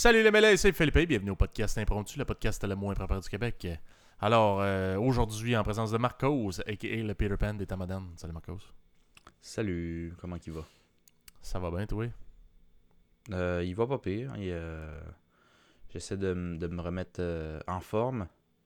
Salut les mêlés, c'est Philippe, bienvenue au podcast Impromptu, le podcast le moins préparé du Québec. Alors, aujourd'hui, en présence de Marcos, a.k.a. le Peter Pan des temps modernes. Salut Marcos. Salut, comment il va? Ça va bien, toi? Il va pas pire. J'essaie de me remettre en forme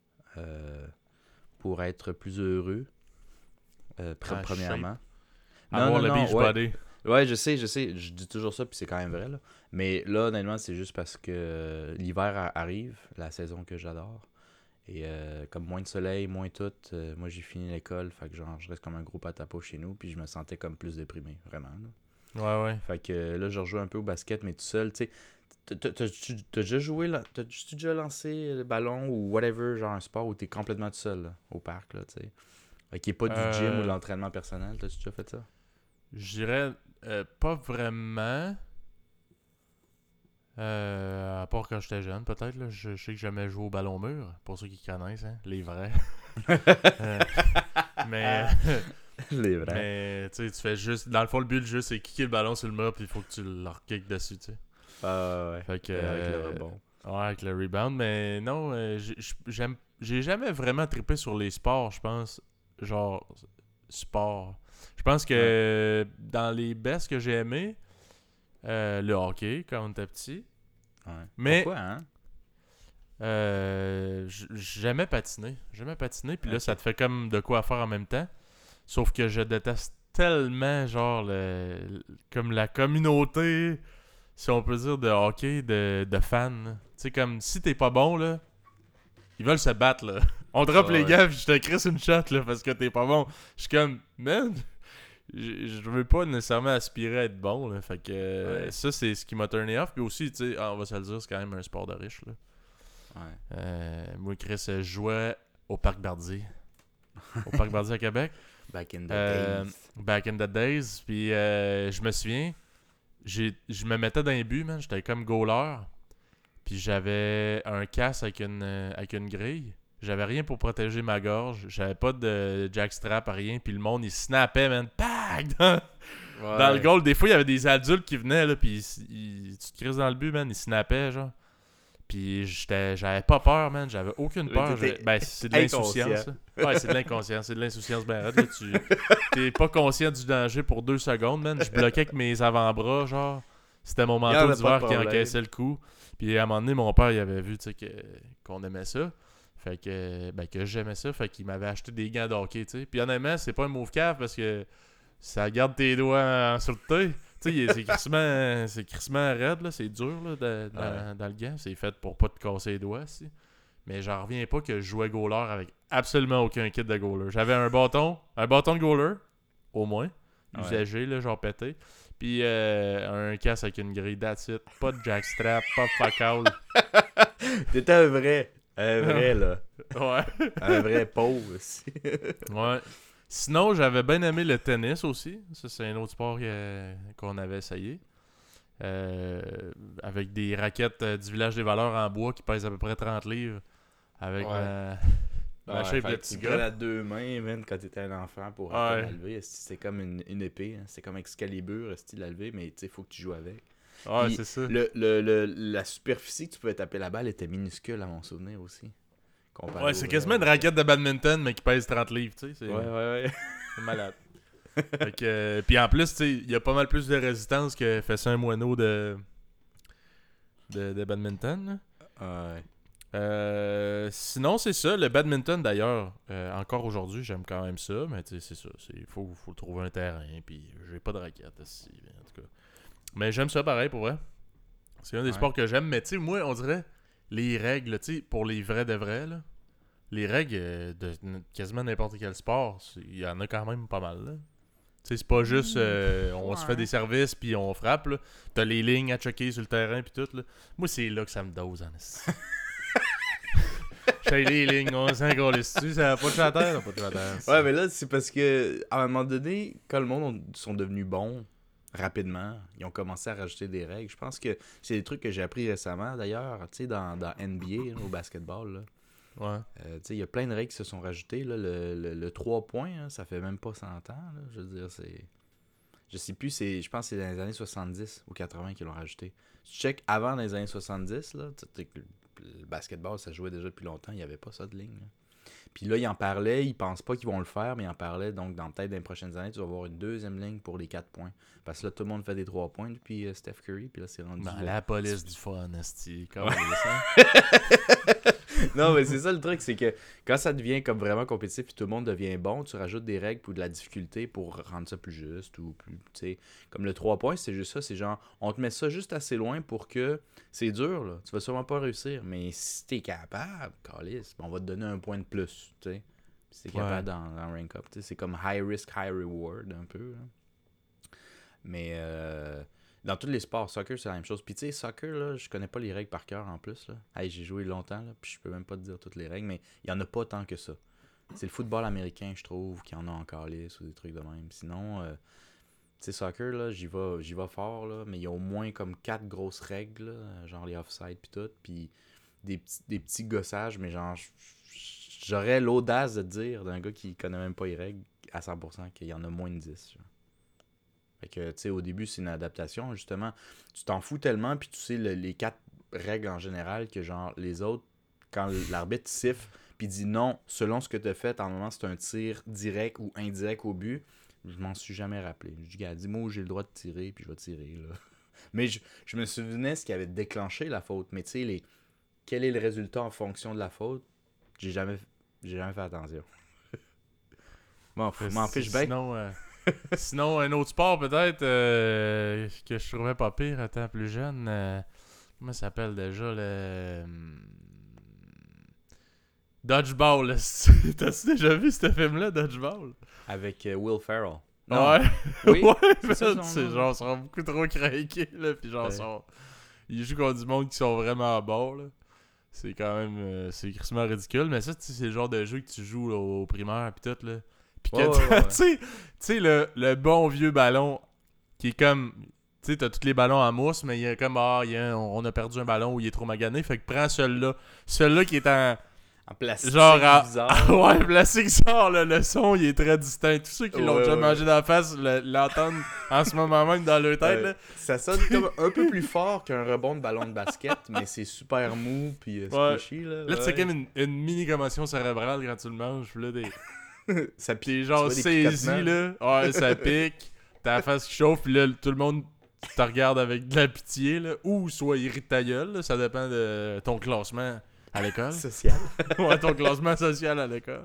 pour être plus heureux, premièrement. Avoir le beach ouais. body. Ouais, je sais, je dis toujours ça, puis c'est quand même vrai, là. Mais là, honnêtement, c'est juste parce que l'hiver arrive, la saison que j'adore. Et comme moins de soleil, moins tout, moi j'ai fini l'école, fait que genre je reste comme un gros patapo chez nous, puis je me sentais comme plus déprimé, vraiment. Là. Ouais. Fait que là, je rejoue un peu au basket, mais tout seul, tu sais. T'as déjà joué, là? T'as-tu déjà lancé le ballon ou whatever, genre un sport où t'es complètement tout seul, là, au parc, là, tu sais? Qui est pas du gym ou de l'entraînement personnel, t'as-tu déjà fait ça? Je dirais pas vraiment. À part quand j'étais jeune, peut-être. Là. Je sais que j'aimais jouer au ballon mur, pour ceux qui connaissent, hein, les vrais. Euh, mais Les vrais. mais tu sais, tu fais juste. Dans le fond, le but du jeu, c'est kicker le ballon sur le mur, puis il faut que tu le kicks dessus, tu sais. Ah ouais. Fait que, Avec le rebond. Ouais, avec le rebound, mais non, j'ai jamais vraiment trippé sur les sports, je pense. Genre, sport. Je pense que dans les best que j'ai aimé, le hockey quand on était petit. Ouais. Mais Pourquoi, hein? j'aimais patiner. J'aimais patiner, puis là, Ok. ça te fait comme de quoi faire en même temps. Sauf que je déteste tellement, genre, comme la communauté, si on peut dire, de hockey, de fans. Tu sais, comme si t'es pas bon, là, ils veulent se battre, là. On drop les gars, puis je te crisse une shot, là, parce que t'es pas bon. Je suis comme, man, je veux pas nécessairement aspirer à être bon, là. Fait que ça, c'est ce qui m'a turné off. Puis aussi, tu sais, on va se le dire, c'est quand même un sport de riche, là. Moi, Chris, je jouais au Parc Bardi. Au Parc Bardi à Québec. Back in the days. Back in the days. Puis je me souviens, je me mettais dans les buts, man. J'étais comme goaler. Puis j'avais un casque avec une grille. J'avais rien pour protéger ma gorge. J'avais pas de jackstrap, rien. Puis le monde, il snappait, man. Pac! Dans le goal, des fois, il y avait des adultes qui venaient, là. Puis tu te crises dans le but, man. Ils snappaient, genre. Puis j'avais pas peur, man. J'avais aucune peur. C'est de l'insouciance. Ça. Ouais, c'est de l'inconscience. C'est de l'insouciance, ben raide, là. T'es pas conscient du danger pour 2 secondes, man. Je bloquais avec mes avant-bras, genre. C'était mon manteau d'hiver qui encaissait le coup. Puis à un moment donné, mon père, il avait vu, tu sais, qu'on aimait ça. Fait que j'aimais ça. Fait qu'il m'avait acheté des gants de hockey, tu sais. Puis honnêtement, c'est pas un move cave parce que ça garde tes doigts en sûreté. Tu sais, c'est crissement raide, là. C'est dur, là, dans le gant. C'est fait pour pas te casser les doigts, si. Mais j'en reviens pas que je jouais goaler avec absolument aucun kit de goaler. J'avais un bâton de goaler, au moins. Usagé, là, genre pété. Puis un casque avec une grille, that's it. Pas de jackstrap, pas de fuck all. T'étais un vrai là. Ouais. Un vrai pauvre aussi. Ouais. Sinon, j'avais bien aimé le tennis aussi. Ça, c'est un autre sport qu'on avait essayé. Avec des raquettes du village des valeurs en bois qui pèsent à peu près 30 livres. Avec ma shape de petit gars. À 2 mains, man, quand t'étais un enfant pour la lever. C'est comme une épée. Hein. C'est comme Excalibur, la lever, mais il faut que tu joues avec. Ouais, Puis c'est ça. La superficie que tu pouvais taper la balle était minuscule à mon souvenir aussi. Ouais, c'est quasiment une raquette de badminton, mais qui pèse 30 livres, tu sais. Ouais. C'est malade. Fait que, puis en plus, tu sais, il y a pas mal plus de résistance que fait ça un moineau de badminton. Ouais. Sinon, c'est ça. Le badminton, d'ailleurs, encore aujourd'hui, j'aime quand même ça, mais tu sais, c'est ça. Il faut trouver un terrain, puis j'ai pas de raquette ici, en tout cas. Mais j'aime ça pareil, pour vrai. C'est un des sports que j'aime, mais tu sais, moi, on dirait les règles, tu sais, pour les vrais de vrais, là, les règles de quasiment n'importe quel sport, il y en a quand même pas mal, là. Tu sais, c'est pas juste on se fait des services puis on frappe, là. T'as les lignes à checker sur le terrain puis tout, là. Moi, c'est là que ça me dose, en esti. J'ai les lignes, on s'en calisse dessus, ça n'a pas de chanteur, pas de chanteur. Ouais, mais là, c'est parce que à un moment donné, quand le monde sont devenus bons rapidement, ils ont commencé à rajouter des règles. Je pense que c'est des trucs que j'ai appris récemment, d'ailleurs, tu sais, dans NBA, là, au basketball, là. Ouais. Tu sais, il y a plein de règles qui se sont rajoutées, là. Le 3 points, hein, ça fait même pas 100 ans, là. Je veux dire, c'est... Je sais plus, je pense que c'est dans les années 70 ou 80 qu'ils l'ont rajouté. Si tu check avant dans les années 70, là, le basketball, ça jouait déjà depuis longtemps, il n'y avait pas ça de ligne. Là. Puis là, ils en parlaient, ils pensent pas qu'ils vont le faire, mais ils en parlaient, donc peut-être dans les prochaines années, tu vas avoir une deuxième ligne pour les 4 points. Parce que là, tout le monde fait des 3 points depuis Steph Curry, puis là, c'est rendu... La police du fun, esti. Comme Non, mais c'est ça le truc, c'est que quand ça devient comme vraiment compétitif puis tout le monde devient bon, tu rajoutes des règles ou de la difficulté pour rendre ça plus juste ou plus, tu sais, comme le 3 points, c'est juste ça, c'est genre, on te met ça juste assez loin pour que c'est dur, là, tu vas sûrement pas réussir, mais si t'es capable, calice, on va te donner un point de plus, tu sais, si t'es capable dans Rank Up, tu sais, c'est comme high risk, high reward, un peu, là. Mais dans tous les sports, soccer, c'est la même chose. Puis tu sais, soccer, là, je connais pas les règles par cœur en plus. Là. Hey, j'ai joué longtemps, là, puis je peux même pas te dire toutes les règles, mais il y en a pas tant que ça. C'est le football américain, je trouve, qui en a encore lisse ou des trucs de même. Sinon, tu sais, soccer, là, j'y vais fort, là, mais il y a au moins comme 4 grosses règles, là, genre les offside puis tout, puis des petits gossages, mais genre, j'aurais l'audace de dire d'un gars qui connaît même pas les règles à 100% qu'il y en a moins de 10. Genre. Fait que, tu sais, au début, c'est une adaptation, justement. Tu t'en fous tellement, puis tu sais les 4 règles en général, que genre, les autres, quand l'arbitre siffle, puis dit non, selon ce que tu as fait, en moment, c'est un tir direct ou indirect au but, je m'en suis jamais rappelé. Je dis, gars, dis-moi où j'ai le droit de tirer, puis je vais tirer, là. Mais je me souvenais ce qui avait déclenché la faute, mais tu sais, quel est le résultat en fonction de la faute, j'ai jamais fait attention. M'en fiche bien. Sinon, un autre sport peut-être que je trouvais pas pire étant plus jeune. Comment ça s'appelle déjà le Dodgeball. T'as-tu déjà vu ce film-là, Dodgeball? Avec Will Ferrell. Non. Ouais. Oui. Ouais, c'est genre, ils sont beaucoup trop craqués, là. Puis genre, ils jouent contre du monde qui sont vraiment bons, là. C'est quand même. C'est crissement ridicule. Mais ça, c'est le genre de jeu que tu joues là, au primaire, pis tout, là. Pis que tu sais, le bon vieux ballon qui est comme. Tu sais, t'as tous les ballons en mousse, mais il y a comme. On a perdu un ballon ou il est trop magané. Fait que prends celui-là. Celui-là qui est en plastique genre bizarre. Ouais, plastique bizarre, là, le son il est très distinct. Tous ceux qui l'ont déjà mangé dans la face l'entendent en ce moment même dans leur tête. Là. Ça sonne comme un peu plus fort qu'un rebond de ballon de basket, mais c'est super mou puis squishy. Là, tu sais comme une mini commotion cérébrale quand tu le manges. Puis là, ça pique. T'es genre saisi, là. Ouais, ça pique. T'as la face qui chauffe, puis là, tout le monde te regarde avec de la pitié, là. Ou soit irrite ta gueule, là. Ça dépend de ton classement à l'école. Social. Ouais, ton classement social à l'école.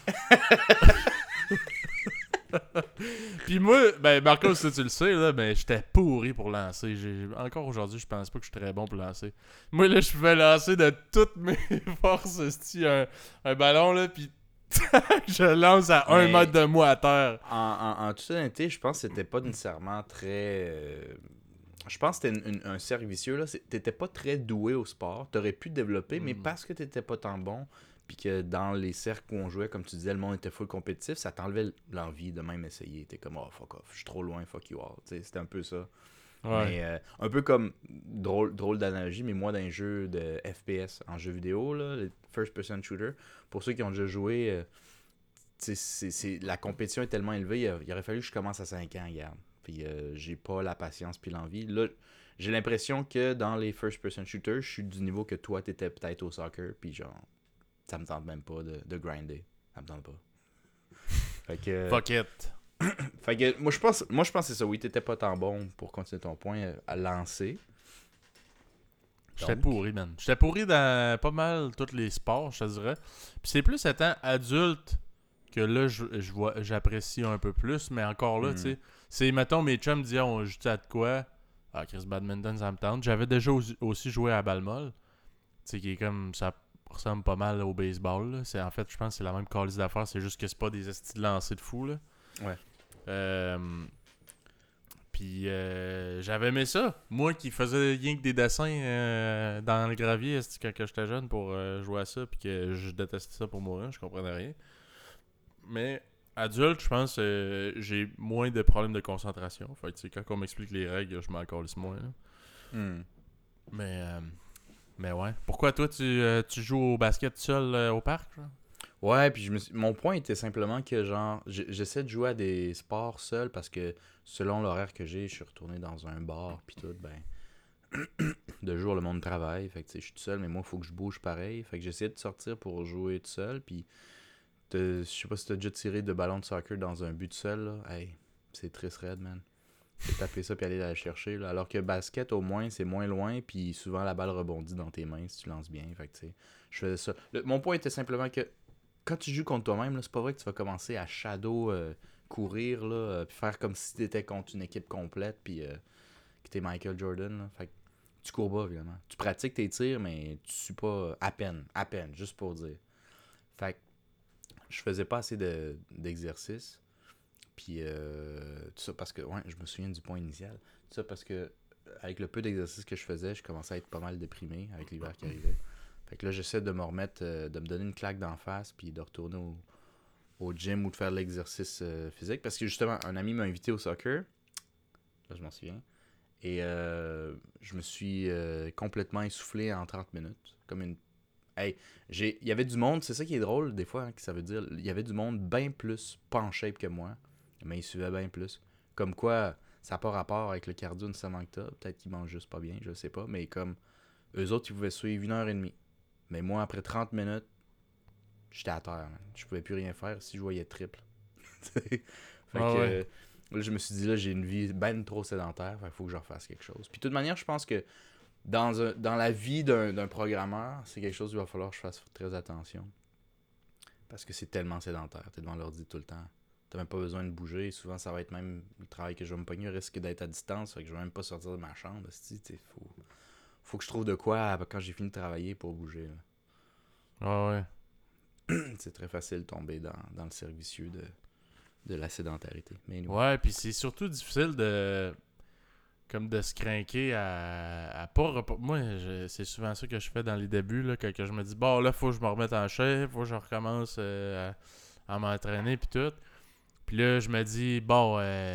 Puis moi, ben Marco, si tu le sais, là, ben j'étais pourri pour lancer. Encore aujourd'hui, je pense pas que je suis très bon pour lancer. Moi, là, je pouvais lancer de toutes mes forces, un ballon, là, puis je lance à 1 mètre de moi à terre. En toute honnêteté, je pense que c'était pas nécessairement très... Je pense que c'était un cercle vicieux. Là. T'étais pas très doué au sport. T'aurais pu te développer, mais parce que t'étais pas tant bon, puis que dans les cercles où on jouait, comme tu disais, le monde était full compétitif, ça t'enlevait l'envie de même essayer. T'es comme, oh fuck off, je suis trop loin, fuck you all. T'sais, c'était un peu ça. Ouais. Mais un peu comme, drôle d'analogie, mais moi, dans les jeux de FPS, en jeu vidéo, là, les first person shooter, pour ceux qui ont déjà joué, la compétition est tellement élevée, il aurait fallu que je commence à 5 ans, regarde. Puis j'ai pas la patience puis l'envie. Là, j'ai l'impression que dans les first person shooters, je suis du niveau que toi, t'étais peut-être au soccer, puis genre, ça me tente même pas de grinder. Ça me tente pas. Fait que... Fuck it. Fait que moi je pense que c'est ça. Oui, t'étais pas tant bon pour continuer ton point à lancer. J'étais pourri, man. J'étais pourri dans pas mal tous les sports, je te dirais. Puis c'est plus étant adulte que là, j'apprécie un peu plus. Mais encore là, tu sais, c'est, mettons, mes chums disaient, on joue à de quoi? Ah, Chris Badminton, ça me tente. J'avais déjà aussi joué à balle molle. Tu sais, qui est comme, ça ressemble pas mal au baseball, là. En fait, je pense que c'est la même calice d'affaires. C'est juste que c'est pas des estis de lancer de fou, là. Ouais. Puis j'avais aimé ça. Moi qui faisais rien que des dessins dans le gravier quand j'étais jeune pour jouer à ça, puis que je détestais ça pour mourir, je comprenais rien. Mais adulte, je pense j'ai moins de problèmes de concentration. Fait que quand on m'explique les règles, je m'en calisse moins. Mais ouais. Pourquoi toi tu joues au basket seul au parc? Genre? Ouais, puis mon point était simplement que, genre, j'essaie de jouer à des sports seul parce que, selon l'horaire que j'ai, je suis retourné dans un bar, puis tout, ben, de jour, le monde travaille, fait que, tu sais, je suis tout seul, mais moi, il faut que je bouge pareil, fait que j'essaie de sortir pour jouer tout seul, puis, je sais pas si t'as déjà tiré de ballon de soccer dans un but tout seul, là, hey, c'est triste raide, man. Faut taper ça puis aller la chercher, là. Alors que basket, au moins, c'est moins loin, puis souvent, la balle rebondit dans tes mains si tu lances bien, fait que, tu sais, je faisais ça. Mon point était simplement que quand tu joues contre toi-même, là, c'est pas vrai que tu vas commencer à shadow courir, là, puis faire comme si t'étais contre une équipe complète, puis que t'es Michael Jordan. Là. Fait que tu cours pas, évidemment. Tu pratiques tes tirs, mais tu suis pas à peine, juste pour dire. Fait que je faisais pas assez d'exercices, puis tout ça parce que, ouais, je me souviens du point initial. Tout ça parce que, avec le peu d'exercices que je faisais, je commençais à être pas mal déprimé avec l'hiver qui arrivait. Fait que là, j'essaie de me remettre, de me donner une claque d'en face, puis de retourner au gym ou de faire de l'exercice physique. Parce que justement, un ami m'a invité au soccer. Là, je m'en souviens. Et je me suis complètement essoufflé en 30 minutes. Comme une. Hey, il y avait du monde, c'est ça qui est drôle des fois, hein, que ça veut dire. Il y avait du monde bien plus pas en shape que moi, mais il suivait bien plus. Comme quoi, ça n'a pas rapport avec le cardio nécessairement que t'as. Peut-être qu'ils mangent juste pas bien, je sais pas. Mais comme eux autres, ils pouvaient suivre 1h30. Mais moi, après 30 minutes, j'étais à terre, man. Je pouvais plus rien faire si je voyais triple. fait Ah ouais. que là, je me suis dit, là, j'ai une vie ben trop sédentaire. Il faut que je refasse quelque chose. Puis de toute manière, je pense que dans la vie d'un programmeur, c'est quelque chose où il va falloir que je fasse très attention. Parce que c'est tellement sédentaire. T'es devant l'ordi tout le temps. T'as même pas besoin de bouger. Souvent, ça va être même le travail que je vais me pogner risque d'être à distance. Fait que je vais même pas sortir de ma chambre. Faut que je trouve de quoi quand j'ai fini de travailler pour bouger. Là. Ah ouais. C'est très facile de tomber dans le servicieux de la sédentarité. Mais anyway. Ouais, puis c'est surtout difficile de comme de se craquer à pas moi c'est souvent ça que je fais dans les débuts là, que je me dis bon là faut que je me remette en chef, faut que je recommence à m'entraîner puis tout. Puis là je me dis bon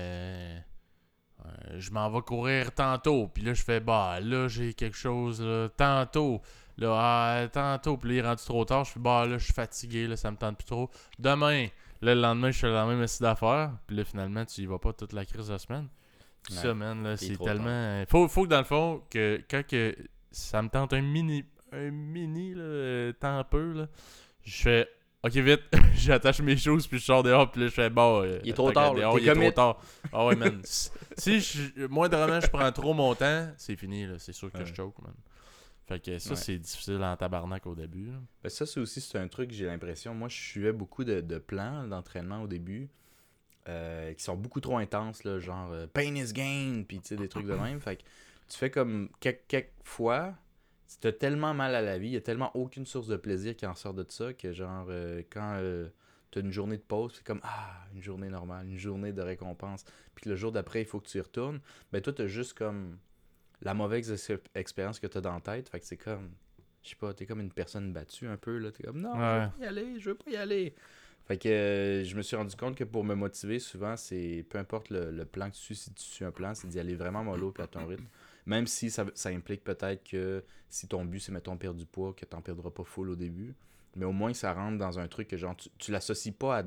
je m'en vais courir tantôt. Puis là, je fais, bah, là, j'ai quelque chose, là, tantôt. Là, tantôt. Puis là, il est rendu trop tard. Je fais, bah, là, je suis fatigué, là, ça me tente plus trop. Demain. Là, le lendemain, je fais la même essai d'affaires. Puis là, finalement, tu y vas pas toute la crise de semaine. Puis Ouais, ça, man, là, c'est c'est trop tard. tellement. Faut que dans le fond, que quand que ça me tente un mini là, temps peu, là, je fais, ok, vite, j'attache mes choses, puis je sors dehors, puis là, je fais, bon, Il est trop tant qu'à tard, là. dehors, T'es il est trop commit. tard. Ah ouais, man. Moindrement, je prends trop mon temps, c'est fini, là. C'est sûr que Ouais. je choke, man. Fait que ça, Ouais. c'est difficile en tabarnak au début, là. Ben, ça, c'est un truc, j'ai l'impression. Moi, je suivais beaucoup de plans d'entraînement au début qui sont beaucoup trop intenses, là, genre pain is gain, puis tu sais, des trucs de même. Fait que tu fais comme quelques fois, t'as tellement mal à la vie, il y a tellement aucune source de plaisir qui en sort de ça que, genre, quand t'as une journée de pause, c'est comme, une journée normale, une journée de récompense. Puis le jour d'après, il faut que tu y retournes. Ben, toi, t'as juste comme la mauvaise expérience que t'as dans la tête. Fait que c'est comme, je sais pas, t'es comme une personne battue un peu, là. T'es comme, non, je veux Ouais. pas y aller, je veux pas y aller. Fait que je me suis rendu compte que pour me motiver, souvent, c'est peu importe le plan que tu suis, si tu suis un plan, c'est d'y aller vraiment mollo puis à ton rythme. Même si ça implique peut-être que si ton but c'est, mettons, perdre du poids, que t'en perdras pas full au début. Mais au moins, ça rentre dans un truc que genre tu l'associes pas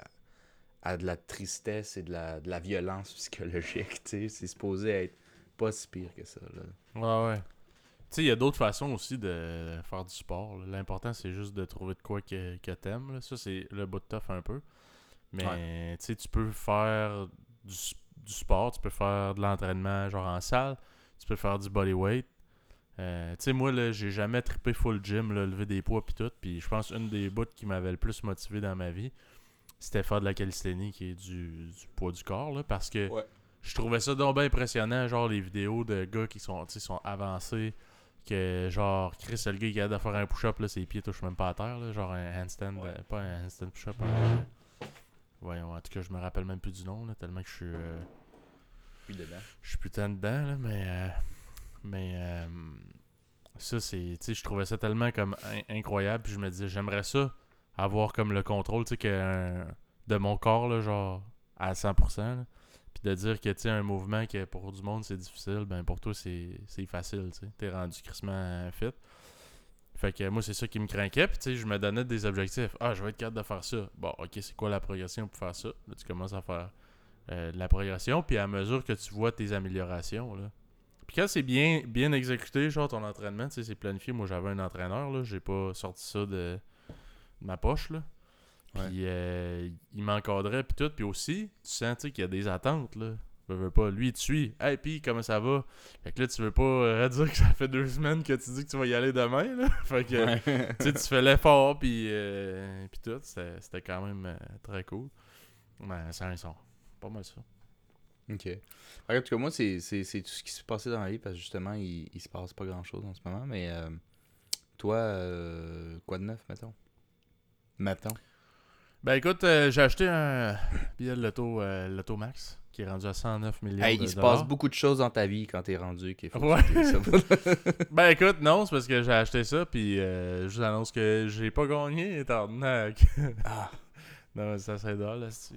à de la tristesse et de la violence psychologique, tu sais. C'est supposé être pas si pire que ça, là. Ouais, ouais. Tu sais, il y a d'autres façons aussi de faire du sport, là. L'important, c'est juste de trouver de quoi que t'aimes, là. Ça, c'est le bout de tough un peu. Ouais. Mais, tu sais, tu peux faire du sport, tu peux faire de l'entraînement, genre en salle, tu peux faire du bodyweight. Tu sais, moi, là, j'ai jamais trippé full gym, là, lever des poids pis tout. Puis je pense une des bouts qui m'avait le plus motivé dans ma vie, c'était faire de la calisthénie qui est du poids du corps, là, parce que Ouais. je trouvais ça donc bien impressionnant, genre les vidéos de gars qui sont, tu sais, sont avancés, que genre, Chris, le gars, il est capable de faire un push-up, là, ses pieds touchent même pas à terre, là, genre un handstand, Ouais. pas un handstand push-up, voyons, en tout cas, je me rappelle même plus du nom, là, tellement que Puis dedans. je suis putain dedans, là, mais ça, c'est, tu sais, je trouvais ça tellement comme incroyable, puis je me disais, j'aimerais ça, avoir comme le contrôle, tu sais, de mon corps, là, genre, à 100%, là. Puis de dire que, tu sais, un mouvement que pour du monde, c'est difficile, ben pour toi, c'est facile, tu sais. T'es rendu crissement fit. Fait que moi, c'est ça qui me craquait. Puis, tu sais, je me donnais des objectifs. Ah, je vais être capable de faire ça. Bon, ok, c'est quoi la progression pour faire ça? Là, tu commences à faire de la progression. Puis, à mesure que tu vois tes améliorations, là. Puis, quand c'est bien exécuté, genre ton entraînement, tu sais, c'est planifié. Moi, j'avais un entraîneur, là. J'ai pas sorti ça de ma poche, là. Puis, il m'encadrait, puis tout. Puis aussi, tu sens, tu sais, qu'il y a des attentes, là. Veux pas. Lui, il te suit. Hey, puis comment ça va? Fait que là, tu veux pas dire que ça fait 2 semaines que tu dis que tu vas y aller demain, là. Fait que, tu sais, tu fais l'effort, puis tout. C'était quand même très cool. Ben, c'est un son. Pas mal ça. Ok. En tout cas, moi, c'est tout ce qui s'est passé dans la vie, parce que justement, il se passe pas grand-chose en ce moment, mais toi, quoi de neuf, mettons? Ben écoute, j'ai acheté un billet de Loto Max qui est rendu à 109 millions Hey, de il se dollars. passe beaucoup de choses dans ta vie quand t'es rendu qu'il faut Ouais. que ça. Ben écoute, non, c'est parce que j'ai acheté ça, puis je vous annonce que j'ai pas gagné, étant donné que... Ah. Non, ça serait drôle, là, c'est...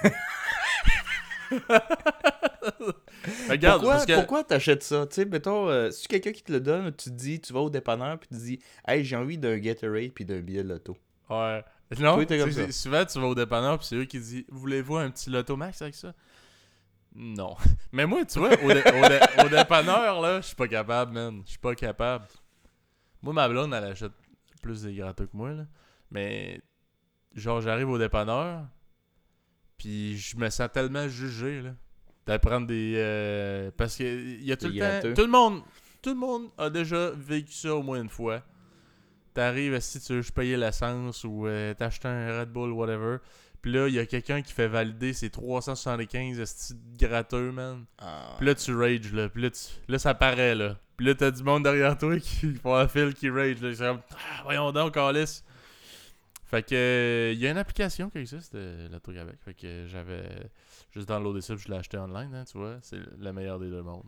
Regarde, Pourquoi t'achètes ça? Tu sais, mettons, si quelqu'un qui te le donne, tu te dis, tu vas au dépanneur, puis tu te dis, hey, j'ai envie d'un Gatorade puis d'un billet de loto. Ouais. Non, Toi, t'es comme ça. souvent tu vas au dépanneur, puis c'est eux qui disent « Voulez-vous un petit Loto Max avec ça? » Non. Mais moi, tu vois, au dépanneur, là, je suis pas capable, man. Je suis pas capable. Moi, ma blonde, elle achète plus des gratteux que moi, là. Mais, genre, j'arrive au dépanneur, puis je me sens tellement jugé, là. D'apprendre des... parce que il y a tout Des le temps... gratteux. Tout le monde a déjà vécu ça au moins une fois. T'arrives, si tu veux juste payer l'essence ou t'achètes un Red Bull, whatever. Puis là, il y a quelqu'un qui fait valider ses 375 esti de gratteux, man. Ah. Puis là, tu rages, là. Puis là, ça paraît, là. Puis là, t'as du monde derrière toi qui font un fil qui rage, là. C'est comme, voyons donc, Alice. Fait que, il y a une application qui existe, l'Auto-Québec. Fait que j'avais juste downloadé ça, puis je l'ai acheté online, hein, tu vois. C'est le meilleur des deux mondes.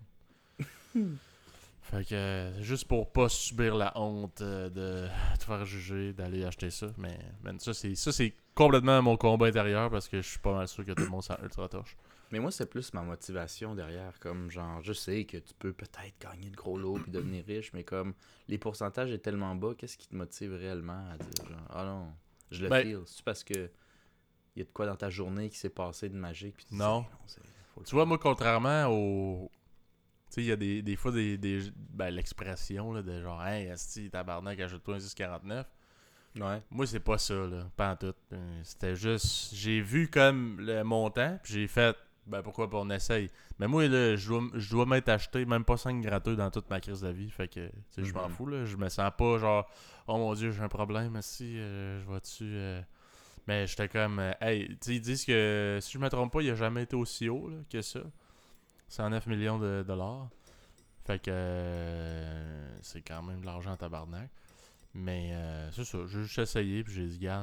Fait que, juste pour pas subir la honte de te faire juger, d'aller acheter ça. Mais ça, c'est complètement mon combat intérieur parce que je suis pas mal sûr que tout le monde s'en ultra torche. Mais moi, c'est plus ma motivation derrière. Comme genre, je sais que tu peux peut-être gagner le gros lot puis devenir riche, mais comme les pourcentages est tellement bas, qu'est-ce qui te motive réellement à dire genre, ah non, je le feel. C'est parce que y a de quoi dans ta journée qui s'est passé de magique puis tu dis, Non. hey, faut le Tu vois, faire. moi, contrairement au. Tu sais, il y a des fois l'expression là, de genre, hey, asti, tabarnak, ajoute-toi un 10,49. Ouais. Moi, c'est pas ça, là. Pas en tout. C'était juste. J'ai vu comme le montant, puis j'ai fait. Ben pourquoi pas, on essaye. Mais moi, là, je dois m'être acheté même pas 5 gratteux dans toute ma crise de vie. Fait que, tu sais, je m'en fous, là. Je me sens pas genre, oh mon dieu, j'ai un problème, si je vais-tu. Mais j'étais comme, hey, tu sais, ils disent que, si je me trompe pas, il a jamais été aussi haut là, que ça. 109 millions de dollars. Fait que, c'est quand même de l'argent en tabarnak. Mais, c'est ça, j'ai juste essayé, puis j'ai dit, garde,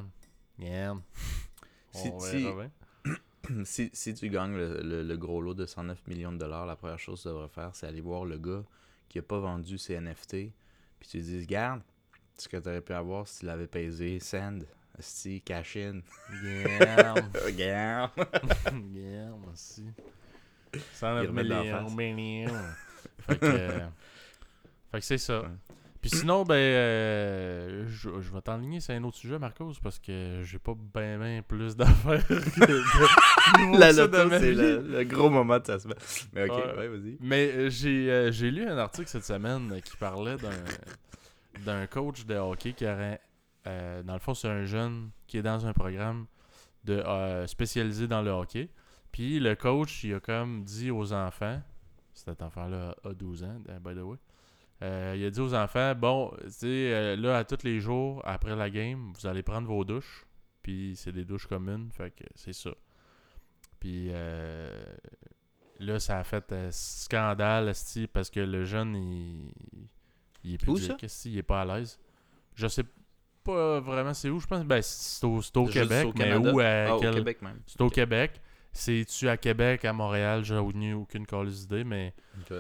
on verra bien. Si tu gagnes le gros lot de 109 millions de dollars, la première chose que tu devrais faire, c'est aller voir le gars qui a pas vendu ses NFT. Puis tu lui dis, regarde, ce que tu aurais pu avoir si tu l'avais payé, send, esti, cash in. Garde. Regarde. Garde, merci. Il 109 remet d'en face. millions. Fait que c'est ça. Ouais. Puis sinon, ben, je vais t'enligner sur un autre sujet, Marcos, parce que j'ai pas ben plus d'affaires que La ça de loto, ma c'est vie. le gros moment de ta semaine. Mais ok, ouais, vas-y. Mais j'ai lu un article cette semaine qui parlait d'un coach de hockey qui aurait... dans le fond, c'est un jeune qui est dans un programme spécialisé dans le hockey. Puis le coach, il a comme dit aux enfants, cet enfant-là a 12 ans, by the way, il a dit aux enfants, bon, tu sais, là, à tous les jours, après la game, vous allez prendre vos douches. Puis c'est des douches communes, fait que c'est ça. Puis là, ça a fait scandale, parce que le jeune, il est Où ça? pudique, il est pas à l'aise. Je sais pas vraiment c'est où, je pense. Ben, c'est au Juste Québec, au mais Canada? où Au Québec même. C'est au Québec. C'est-tu à Québec, à Montréal? J'ai aucune calice d'idée, mais... Ok.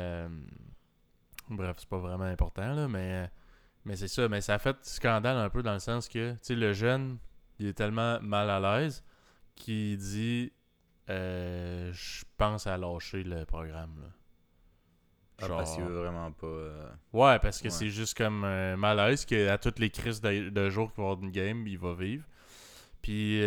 Bref, c'est pas vraiment important, là, mais c'est ça. Mais ça a fait scandale un peu dans le sens que, tu sais, le jeune, il est tellement mal à l'aise qu'il dit je pense à lâcher le programme, là. Genre... parce qu'il veut vraiment pas... Ouais, parce que Ouais. c'est juste comme un malaise qu'à toutes les crises de jour qu'il va y avoir une game, il va vivre. Puis,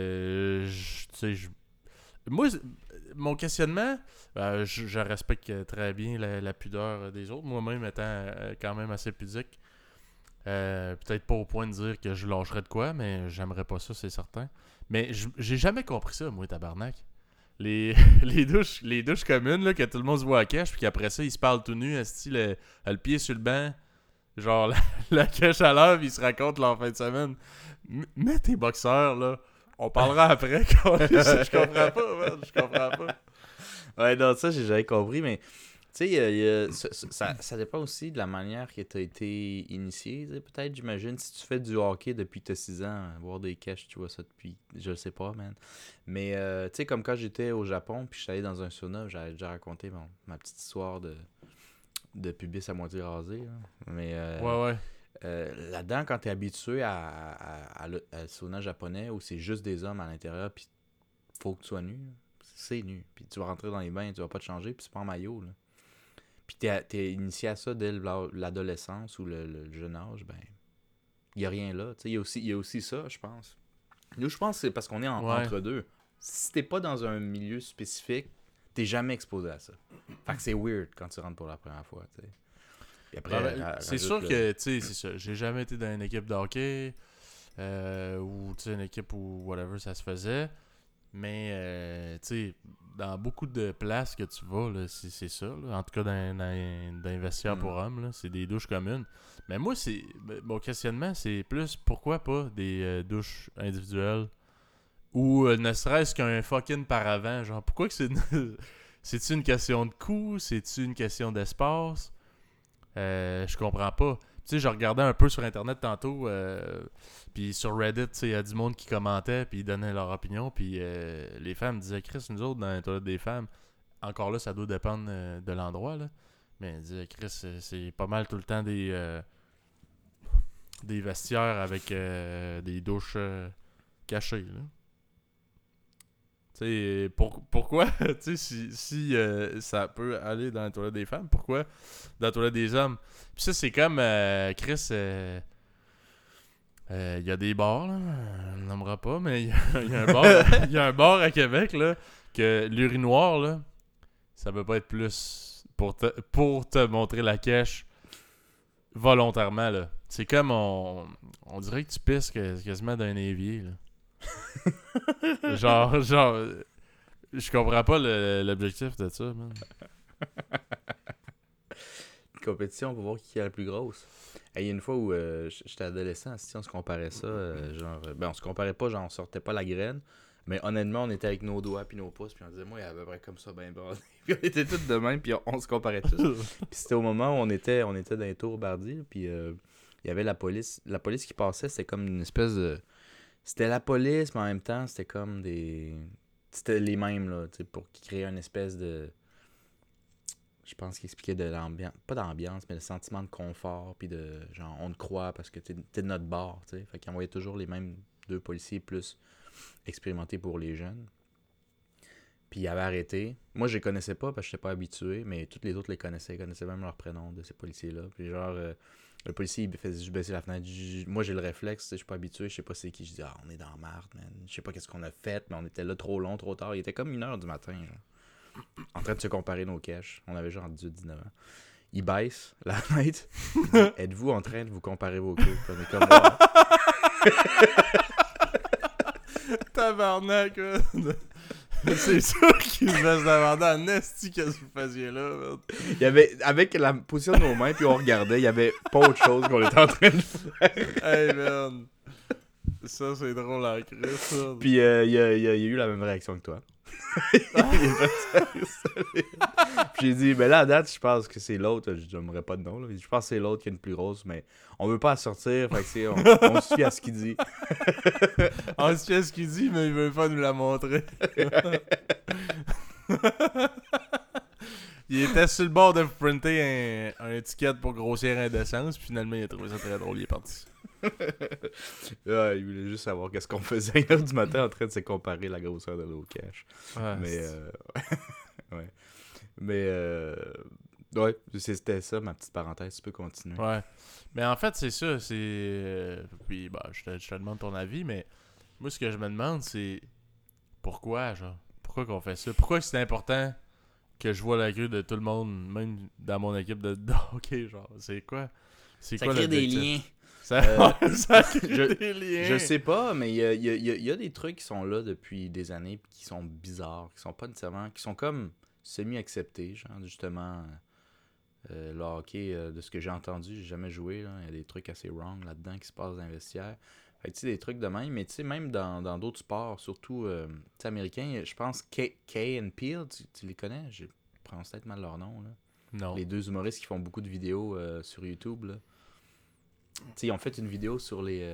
tu sais, moi, mon questionnement, je respecte très bien la pudeur des autres, moi-même étant quand même assez pudique. Peut-être pas au point de dire que je lâcherais de quoi, mais j'aimerais pas ça, c'est certain. Mais j'ai jamais compris ça, moi, tabarnak. Les, les douches communes, là, que tout le monde se voit à cache, puis qu'après ça, ils se parlent tout nus, esti, le pied sur le banc, genre la cache à l'heure, puis ils se racontent leur fin de semaine. Mets tes boxeurs, là. On parlera après. Je comprends pas, man. Je comprends pas. Ouais, non, ça, j'ai jamais compris, mais tu sais, ça dépend aussi de la manière que tu as été initié. Tu sais, peut-être, j'imagine, si tu fais du hockey depuis tes 6 ans, voir des caches, tu vois ça depuis, je sais pas, man. Mais, tu sais, comme quand j'étais au Japon, puis je suis allé dans un sauna, j'avais déjà raconté ma petite histoire de pubis à moitié rasé. Là. Mais Ouais, ouais. là-dedans, quand tu es habitué à le sauna japonais où c'est juste des hommes à l'intérieur, puis faut que tu sois nu, là, c'est nu. Puis tu vas rentrer dans les bains, tu vas pas te changer, puis c'est pas en maillot. Là. Puis t'es initié à ça dès l'adolescence ou le jeune âge, ben, il y a rien là. Il y a aussi ça, je pense. Nous, je pense que c'est parce qu'on est Ouais. entre deux. Si t'es pas dans un milieu spécifique, t'es jamais exposé à ça. Fait que c'est weird quand tu rentres pour la première fois, tu sais. Puis après, C'est sûr que, tu sais, c'est ça. J'ai jamais été dans une équipe de hockey ou, tu sais, une équipe où, whatever, ça se faisait. Mais, tu sais, dans beaucoup de places que tu vas, là, c'est ça. Là. En tout cas, dans les vestiaires pour hommes, là, c'est des douches communes. Mais moi, mon questionnement, c'est plus pourquoi pas des douches individuelles ou ne serait-ce qu'un fucking paravent. Genre, pourquoi que c'est... C'est-tu une question de coût? C'est-tu une question d'espace? Je comprends pas. Tu sais, je regardais un peu sur Internet tantôt, puis sur Reddit, tu sais, il y a du monde qui commentait, puis ils donnaient leur opinion, puis les femmes disaient, Chris, nous autres, dans les toilettes des femmes, encore là, ça doit dépendre de l'endroit, là, mais ils disaient, Chris, c'est pas mal tout le temps des vestiaires avec des douches cachées, là. Tu sais, pourquoi, tu sais, si ça peut aller dans la toilette des femmes, pourquoi dans la toilette des hommes? Puis ça, c'est comme, Chris, il y a des bars, là, on ne nommera pas, mais il y a un bar, il y a un bar à Québec, là, que l'urinoir, là, ça peut pas être plus pour te montrer la cache volontairement, là. C'est comme, on dirait que tu pisses quasiment d'un évier, là. genre, je comprends pas l'objectif de ça, man. compétition pour voir qui est la plus grosse. Il y a une fois où j'étais adolescent, si on se comparait ça, ben on se comparait pas, genre on sortait pas la graine, mais honnêtement on était avec nos doigts puis nos pouces, puis on disait moi il y avait à peu près comme ça ben bon. Puis on était tous de même, puis on se comparait tous. Puis c'était au moment où on était dans les tours Bardi, puis il y avait la police qui passait, c'était comme une espèce de... C'était la police, mais en même temps c'était comme des... C'était les mêmes là, tu sais, pour créer une espèce de... Je pense qu'il expliquait de l'ambiance, pas d'ambiance, mais le sentiment de confort, puis de genre, on te croit parce que t'es de notre bord, tu sais. Fait qu'il envoyait toujours les mêmes 2 policiers plus expérimentés pour les jeunes. Puis il avait arrêté. Moi, je les connaissais pas parce que j'étais pas habitué, mais tous les autres les connaissaient. Ils connaissaient même leur prénom de ces policiers-là. Puis genre, le policier, il faisait juste baisser la fenêtre. Moi, j'ai le réflexe, je suis pas habitué, je sais pas c'est qui. Je dis, on est dans la merde, man. Je sais pas qu'est-ce qu'on a fait, mais on était là trop long, trop tard. Il était comme 1h du matin, genre. En train de se comparer nos caches. On avait genre 18-19 ans. Il baisse la fenêtre. Il dit, êtes-vous en train de vous comparer vos queues? Puis on est comme moi. Tabarnak, man. C'est sûr qu'il se laisse demander à Nasty qu'est-ce que vous faisiez là, man. Il y avait, avec la position de nos mains, puis on regardait, il y avait pas autre chose qu'on était en train de faire. Hey, man. Ça, c'est drôle à Chris, ça. Puis il y a eu la même réaction que toi. Il est pas sérieux. Puis j'ai dit, ben là, à date, je pense que c'est l'autre. Je n'aimerais pas de nom. Là. Je pense que c'est l'autre qui est une plus grosse, mais on veut pas la sortir. Fait que on se fie à ce qu'il dit. On se fie à ce qu'il dit, mais il veut pas nous la montrer. Il était sur le bord de printer un étiquette pour grossière indécence, puis finalement, il a trouvé ça très drôle, il est parti. Ouais, il voulait juste savoir qu'est-ce qu'on faisait à 1h du matin en train de se comparer la grosseur de l'eau cash. Ouais, Mais, ouais. Mais, Ouais, c'était ça, ma petite parenthèse. Tu peux continuer. Ouais. Mais en fait, c'est ça. C'est. Puis, bah, je te demande ton avis, mais moi, ce que je me demande, c'est pourquoi, genre. Pourquoi qu'on fait ça? Pourquoi c'est important que je vois la queue de tout le monde, même dans mon équipe de hockey, genre? C'est quoi? C'est Ça quoi crée des l'objectif? liens. Ça crée je, des liens. je sais pas, mais il y a des trucs qui sont là depuis des années pis qui sont bizarres, qui sont pas nécessairement, qui sont comme semi-acceptés, genre justement le hockey, de ce que j'ai entendu, j'ai jamais joué, là, il y a des trucs assez wrong là-dedans qui se passent dans les vestiaires. Fait que tu sais, des trucs de même, mais tu sais, même dans d'autres sports, surtout tu sais, américains, je pense Kay and Peele, tu les connais? Je prononce peut-être mal leur nom, là. Non. Les deux humoristes qui font beaucoup de vidéos sur YouTube, là. Tu sais, ils ont fait une vidéo sur les.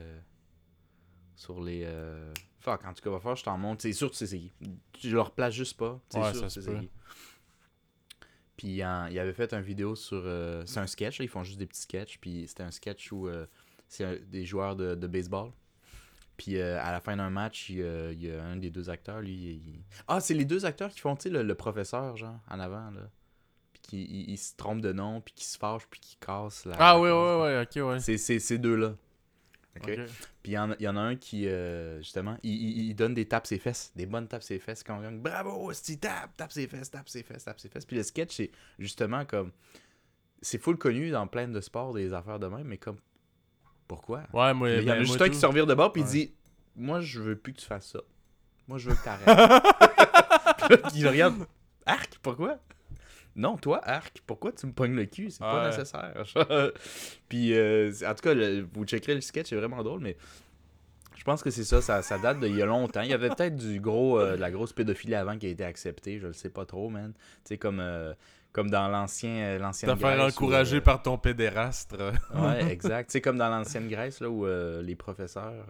Fuck, en tout cas, va falloir que je t'en montre. C'est sûr que tu sais c'est qui. Je leur place juste pas. C'est Ouais, sûr ça que se c'est peut. qui. Puis ils avaient fait une vidéo sur. C'est un sketch, là, ils font juste des petits sketchs. Puis c'était un sketch où des joueurs de baseball. Puis à la fin d'un match, il y a un des deux acteurs, lui. Ah, c'est les deux acteurs qui font, tu sais, le professeur, genre, en avant, là. Puis qui il se trompe de nom, puis qui se fâche, puis qui casse Ah, la oui, case, là. ouais, ouais, ok, ouais. C'est ces deux-là. OK? Ok. Puis il y en a un qui, justement, il donne des tapes ses fesses, des bonnes tapes ses fesses quand on gagne. Bravo, si tape ses fesses, tape ses fesses, tape ses fesses. Puis le sketch, c'est justement comme. C'est full connu dans plein de sports, des affaires de même, mais comme. Pourquoi? Ouais, Puis là, il y en a moi juste un tout. qui se revire de bord, puis il Ouais. dit moi, je veux plus que tu fasses ça. Moi, je veux que t'arrêtes. Puis là, il regarde Arc, pourquoi? Non, toi, Arc, pourquoi tu me pognes le cul? C'est pas Ouais. nécessaire. Puis, en tout cas, vous checkerez le sketch, c'est vraiment drôle, mais je pense que c'est ça, ça date d'il y a longtemps. Il y avait peut-être de la grosse pédophilie avant qui a été acceptée, je le sais pas trop, man. Tu sais, comme dans l'ancienne Te faire Grèce. encourager par ton pédérastre. Ouais, exact. Tu sais, comme dans l'ancienne Grèce, là, où les professeurs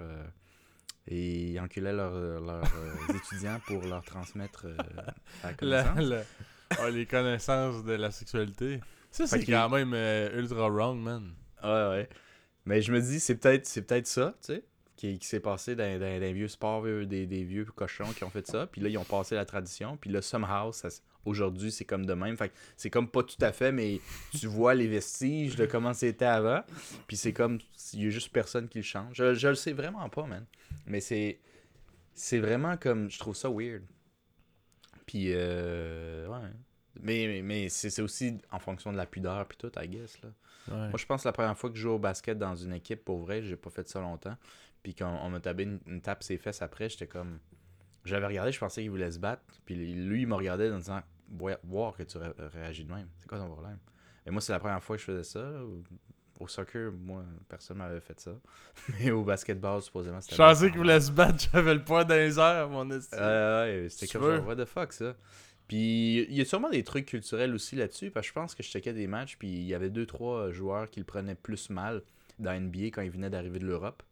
ils enculaient leurs étudiants pour leur transmettre la connaissance. Les connaissances de la sexualité. Ça, Fait c'est qu'il- quand même ultra wrong, man. Ouais. Mais je me dis, c'est peut-être ça, tu sais, qui s'est passé dans les vieux sports, des vieux cochons qui ont fait ça. Puis là, ils ont passé la tradition. Puis là, somehow, aujourd'hui, c'est comme de même. Fait que c'est comme pas tout à fait, mais tu vois les vestiges de comment c'était avant. Puis c'est comme, il y a juste personne qui le change. Je le sais vraiment pas, man. Mais c'est vraiment comme, je trouve ça weird. Puis, ouais. Mais c'est aussi en fonction de la pudeur puis tout, I guess, là. Ouais. Moi, je pense que la première fois que je joue au basket dans une équipe, pour vrai, j'ai pas fait ça longtemps. Puis quand on m'a tapé une tape ses fesses après, j'étais comme... J'avais regardé, je pensais qu'il voulait se battre. Puis lui, il me regardait en disant « Voir que tu réagis de même. C'est quoi ton problème? » Et moi, c'est la première fois que je faisais ça. Au soccer, moi, personne m'avait fait ça. Mais au basketball, supposément, c'était... Je pensais qu'il voulait se battre, j'avais le poing dans les airs, mon esti. Ouais, c'était Tu comme veux? genre, what the fuck, ça? Puis il y a sûrement des trucs culturels aussi là-dessus, parce que je pense que je checkais des matchs, puis il y avait 2-3 joueurs qui le prenaient plus mal dans NBA quand ils venaient d'arriver de l'Europe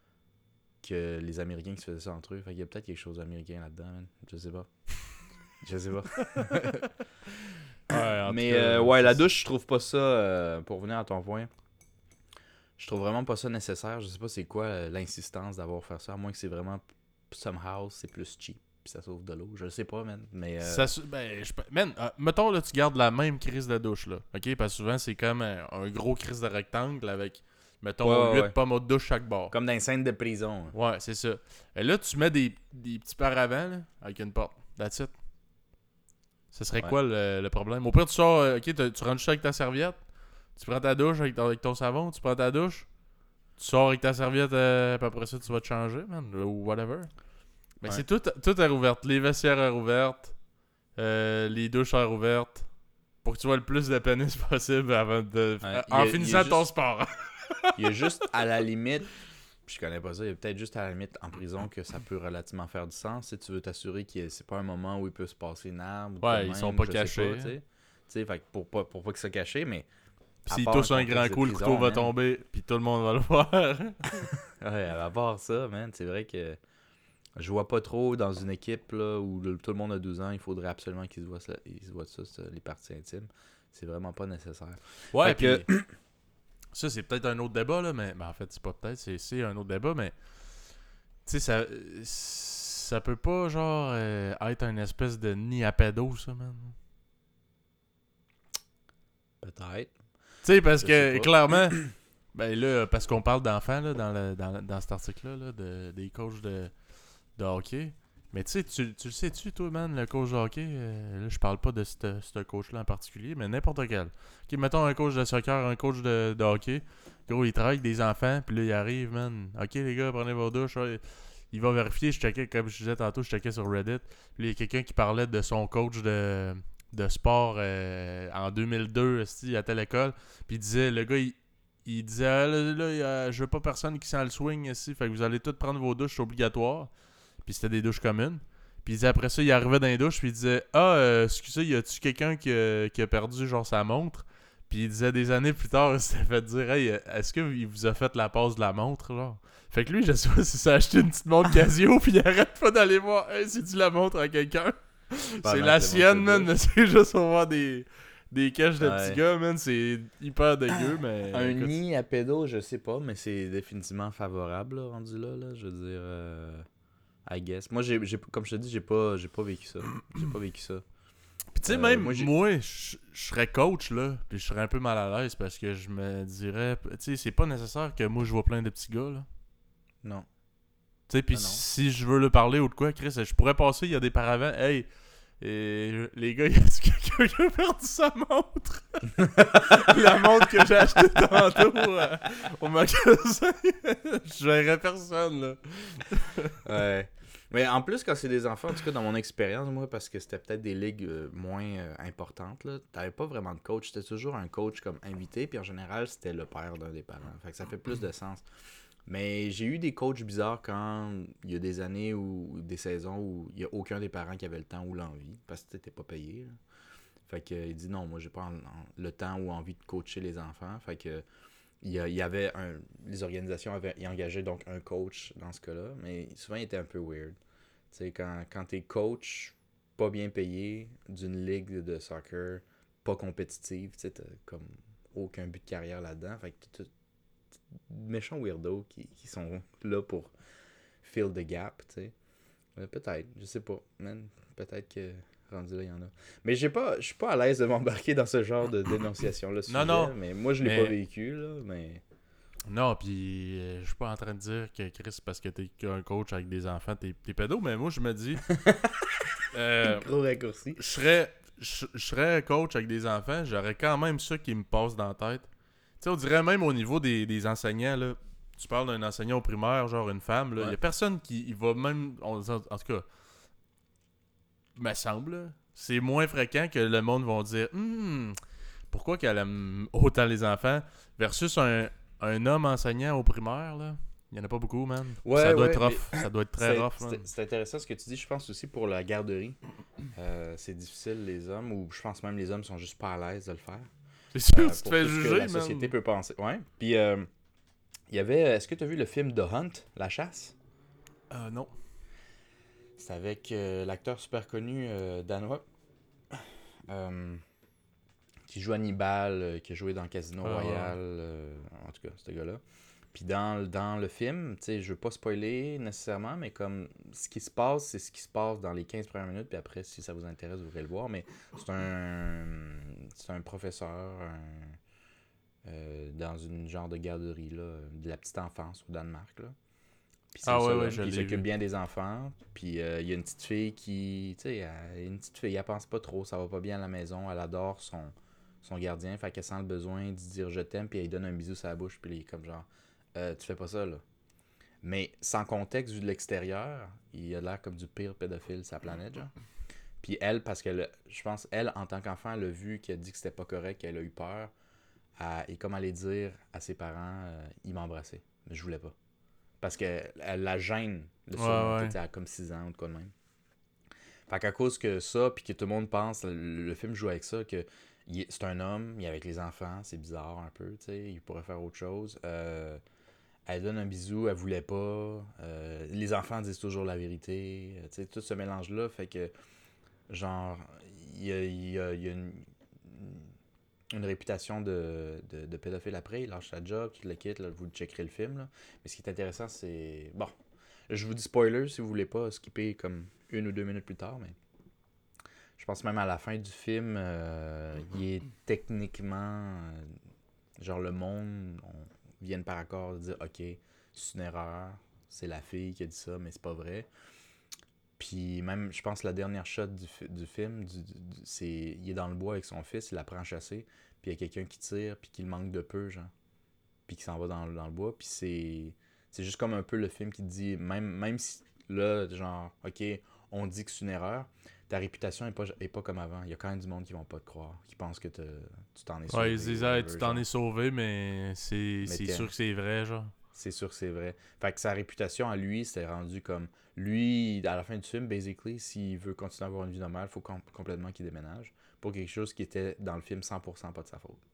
que les Américains qui se faisaient ça entre eux. Fait qu'il y a peut-être quelque chose d'américain là-dedans, man. Je sais pas. Je sais pas. Ouais, en Mais tout cas, ouais, la c'est- douche, je trouve pas ça, pour venir à ton point, je trouve vraiment pas ça nécessaire. Je sais pas c'est quoi l'insistance d'avoir fait ça, à moins que c'est vraiment somehow, c'est plus cheap, puis ça sauve de l'eau. Je le sais pas, man. Mais Man, mettons, là, tu gardes la même crise de douche, là. OK? Parce que souvent, c'est comme un gros crise de rectangle avec, mettons, Ouais, 8 ouais. pommes de douche chaque bord. comme dans les scènes de prison. Ouais, c'est ça. Et là, tu mets des petits paravents, là, avec une porte. That's it. Ce serait Ouais. quoi le problème? Au pire, tu sors, OK, tu rentres juste avec ta serviette. Tu prends ta douche avec ton savon, tu prends ta douche. Tu sors avec ta serviette, puis après ça, tu vas te changer, man, ou whatever. Mais Ouais. c'est tout est rouvert. Les vestiaires sont ouvertes. Les douches sont ouvertes. Pour que tu vois le plus de pénis possible avant de. Ouais, En il y a finissant ton juste- sport. Il y a juste à la limite, je connais pas ça, il y a peut-être juste à la limite en prison que ça peut relativement faire du sens si tu veux t'assurer que c'est pas un moment où il peut se passer une arme. Ou de Ouais, quoi de ils même, sont pas je sais cachés. Tu sais, fait que pour pas que ça caché, mais. Pis à s'il part touche un un grand contexte coup, de le prison, couteau va man. tomber, puis tout le monde va le voir. Ouais, à part ça, man, c'est vrai que je vois pas trop dans une équipe là, où tout le monde a 12 ans, il faudrait absolument qu'ils se voient ça, les parties intimes. C'est vraiment pas nécessaire. Ouais, Fait que- puis ça, c'est peut-être un autre débat, là, mais en fait, c'est pas peut-être, c'est un autre débat, mais tu sais, ça peut pas, genre, être une espèce de nid à pédos, ça, man. Peut-être. Tu sais, parce Je sais que pas. clairement, ben là, parce qu'on parle d'enfants là, dans cet article-là, là, des coachs de hockey. Mais tu sais, tu le sais-tu, toi, man, le coach de hockey, là, je parle pas de ce coach-là en particulier, mais n'importe quel. Ok, mettons un coach de soccer, un coach de hockey. Gros, il travaille avec des enfants, puis là, il arrive, man. Ok, les gars, prenez vos douches. Ouais. Il va vérifier, je checkais, comme je disais tantôt, je checkais sur Reddit. Puis il y a quelqu'un qui parlait de son coach de sport en 2002 à telle école. Puis il disait, le gars, il disait, ah, je veux pas personne qui sent le swing ici, fait que vous allez tous prendre vos douches, c'est obligatoire. Puis c'était des douches communes. Puis il disait après ça, il arrivait dans les douches, puis il disait excusez, y a-tu quelqu'un qui a perdu genre sa montre? Puis il disait des années plus tard, il s'était fait dire hey, est-ce qu'il vous a fait la passe de la montre, genre? Fait que lui, je sais pas si ça a acheté une petite montre Casio, puis il arrête pas d'aller voir hey, si tu la montres à quelqu'un. C'est la sienne, man, mais c'est juste pour voir des caches de petits gars, man. C'est hyper dégueu, mais. Un écoute, nid à pédo, je sais pas, mais c'est définitivement favorable, là, rendu là, là. Je veux dire, I guess. Moi, comme je te dis, j'ai pas vécu ça. J'ai pas vécu ça. Puis tu sais, même moi, moi, je serais coach, là, puis je serais un peu mal à l'aise parce que je me dirais, tu sais, c'est pas nécessaire que moi je vois plein de petits gars, là. Non. Tu sais, puis Ah non. si je veux le parler ou de quoi, Chris, je pourrais passer, il y a des paravents, hey, et les gars, y a quelqu'un qui a perdu sa montre? La montre que j'ai achetée tantôt au magasin. Je verrais personne, là. Ouais. Mais en plus, quand c'est des enfants, en tout cas dans mon expérience, moi, parce que c'était peut-être des ligues moins importantes, là, t'avais pas vraiment de coach. C'était toujours un coach comme invité, puis en général, c'était le père d'un des parents. Fait que ça fait plus de sens. Mais j'ai eu des coachs bizarres quand il y a des années ou des saisons où il y a aucun des parents qui avait le temps ou l'envie, parce que t'étais pas payé. Là. Fait que il dit non, moi j'ai pas le temps ou envie de coacher les enfants. Fait que il y avait les organisations avaient engagé donc un coach dans ce cas-là, mais souvent il était un peu weird. Tu sais, quand t'es coach pas bien payé d'une ligue de soccer pas compétitive, tu sais, t'as comme aucun but de carrière là-dedans. Fait que t'as méchants weirdos qui sont là pour fill the gap, tu sais. Peut-être, je sais pas. Man, peut-être que rendu là, il y en a. Mais je suis pas à l'aise de m'embarquer dans ce genre de dénonciation-là Non, sujet, non, mais moi je l'ai mais. pas vécu, là, mais... Non, puis je suis pas en train de dire que Chris, parce que t'es un coach avec des enfants, t'es pédo, mais moi je me dis. Gros raccourci. Je serais coach avec des enfants, j'aurais quand même ça qui me passe dans la tête. Tu sais, on dirait même au niveau des enseignants, là. Tu parles d'un enseignant au primaire, genre une femme, là. Il Ouais. y a personne qui il va même. En tout cas, me semble, là, c'est moins fréquent que le monde va dire pourquoi qu'elle aime autant les enfants versus un homme enseignant au primaire, là. Il y en a pas beaucoup, man. Puis ça Ouais, doit être ouais, rough. mais Ça doit être très rough, man. c'est intéressant ce que tu dis, je pense aussi pour la garderie. C'est difficile, les hommes, ou je pense même les hommes sont juste pas à l'aise de le faire. C'est sûr que tu te Pour fais tout ce que juger, la société man. peut penser. Ouais. Puis, il y avait... Est-ce que tu as vu le film The Hunt, La Chasse? Non. C'est avec l'acteur super connu danois qui joue Hannibal, qui a joué dans Casino Royale, en tout cas, ce gars-là. Puis dans le film, tu sais, je veux pas spoiler nécessairement, mais comme ce qui se passe, c'est ce qui se passe dans les 15 premières minutes, puis après, si ça vous intéresse, vous pourrez le voir, mais c'est un professeur dans une genre de garderie, là, de la petite enfance au Danemark, là. Puis c'est Ah le ouais, seul ouais, homme, je puis il l'ai s'occupe vu. bien des enfants. Puis il y a une petite fille qui, tu sais, une petite fille, elle pense pas trop, ça va pas bien à la maison, elle adore son gardien, fait qu'elle sent le besoin de dire je t'aime, puis elle lui donne un bisou sur la bouche, puis il est comme genre, tu fais pas ça, là. Mais sans contexte, vu de l'extérieur, il a l'air comme du pire pédophile sur la planète, genre. Puis elle, parce que je pense, elle, en tant qu'enfant, elle a vu qu'elle a dit que c'était pas correct, qu'elle a eu peur, et comme allait dire à ses parents, il m'a embrassé, mais je voulais pas. Parce qu'elle la gêne de Ouais, surmonter, ouais. tu sais, à comme 6 ans ou de quoi de même. Fait qu'à cause que ça, puis que tout le monde pense, le film joue avec ça, que c'est un homme, il est avec les enfants, c'est bizarre un peu, tu sais, il pourrait faire autre chose. Elle donne un bisou, elle voulait pas. Les enfants disent toujours la vérité. Tu sais, tout ce mélange-là fait que, genre, il y a une réputation de pédophile après. Il lâche sa job, tout le quitte, là, vous checkerez le film. Là. Mais ce qui est intéressant, c'est... Bon, je vous dis spoiler si vous voulez pas skipper comme 1 ou 2 minutes plus tard, mais Je pense même à la fin du film, il est techniquement... genre, le monde vienne par accord de dire « Ok, c'est une erreur, c'est la fille qui a dit ça, mais c'est pas vrai. » Puis même, je pense, la dernière shot du film, c'est il est dans le bois avec son fils, il l'apprend à chasser, puis il y a quelqu'un qui tire, puis qui le manque de peu, genre, puis qui s'en va dans le bois, puis c'est juste comme un peu le film qui te dit, même si là, genre, ok, on dit que c'est une erreur, ta réputation est pas comme avant. Il y a quand même du monde qui vont pas te croire, qui pensent que tu t'en es sauvé. Ouais, ils se disent, hey, tu t'en genre. es sauvé, mais c'est sûr que c'est vrai, genre. C'est sûr que c'est vrai. Fait que sa réputation à lui, c'était rendu comme... Lui, à la fin du film, basically, s'il veut continuer à avoir une vie normale, il faut complètement qu'il déménage pour quelque chose qui était dans le film 100% pas de sa faute.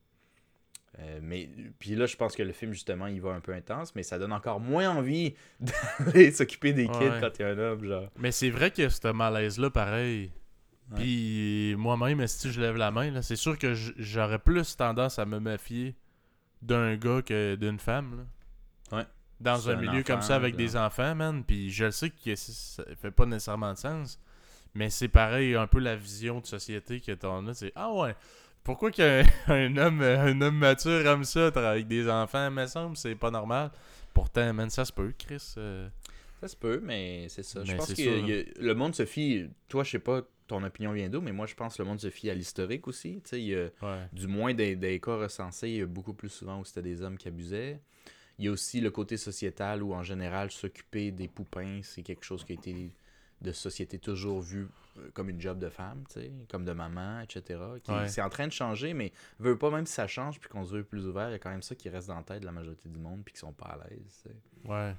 Mais puis là, je pense que le film, justement, il va un peu intense, mais ça donne encore moins envie d'aller s'occuper des kids Ouais. quand t'es un homme, genre. Mais c'est vrai que ce malaise-là, pareil. Ouais. Puis moi-même, si je lève la main, là, c'est sûr que j'aurais plus tendance à me méfier d'un gars que d'une femme. Là. Ouais. Dans C'est un un milieu enfant, comme ça avec puis des enfants, man. Puis je le sais que ça fait pas nécessairement de sens. Mais c'est pareil, un peu la vision de société que t'en as. C'est ah ouais, pourquoi qu'un un homme mature aime ça, avec des enfants, me semble, c'est pas normal. Pourtant, man, ça se peut, Chris. Ça se peut, mais c'est ça. Je Mais pense c'est que ça. le monde se fie... Toi, je sais pas ton opinion vient d'où, mais moi, je pense que le monde se fie à l'historique aussi. Tu sais, il y a, Ouais. du moins des cas recensés, il y a beaucoup plus souvent où c'était des hommes qui abusaient. Il y a aussi le côté sociétal où, en général, s'occuper des poupins, c'est quelque chose qui a été de société toujours vu comme une job de femme, tu sais, comme de maman, etc. Ouais. C'est en train de changer, mais veut pas, même si ça change puis qu'on se veut plus ouvert, il y a quand même ça qui reste dans la tête de la majorité du monde puis qui sont pas à l'aise, tu sais. Ouais.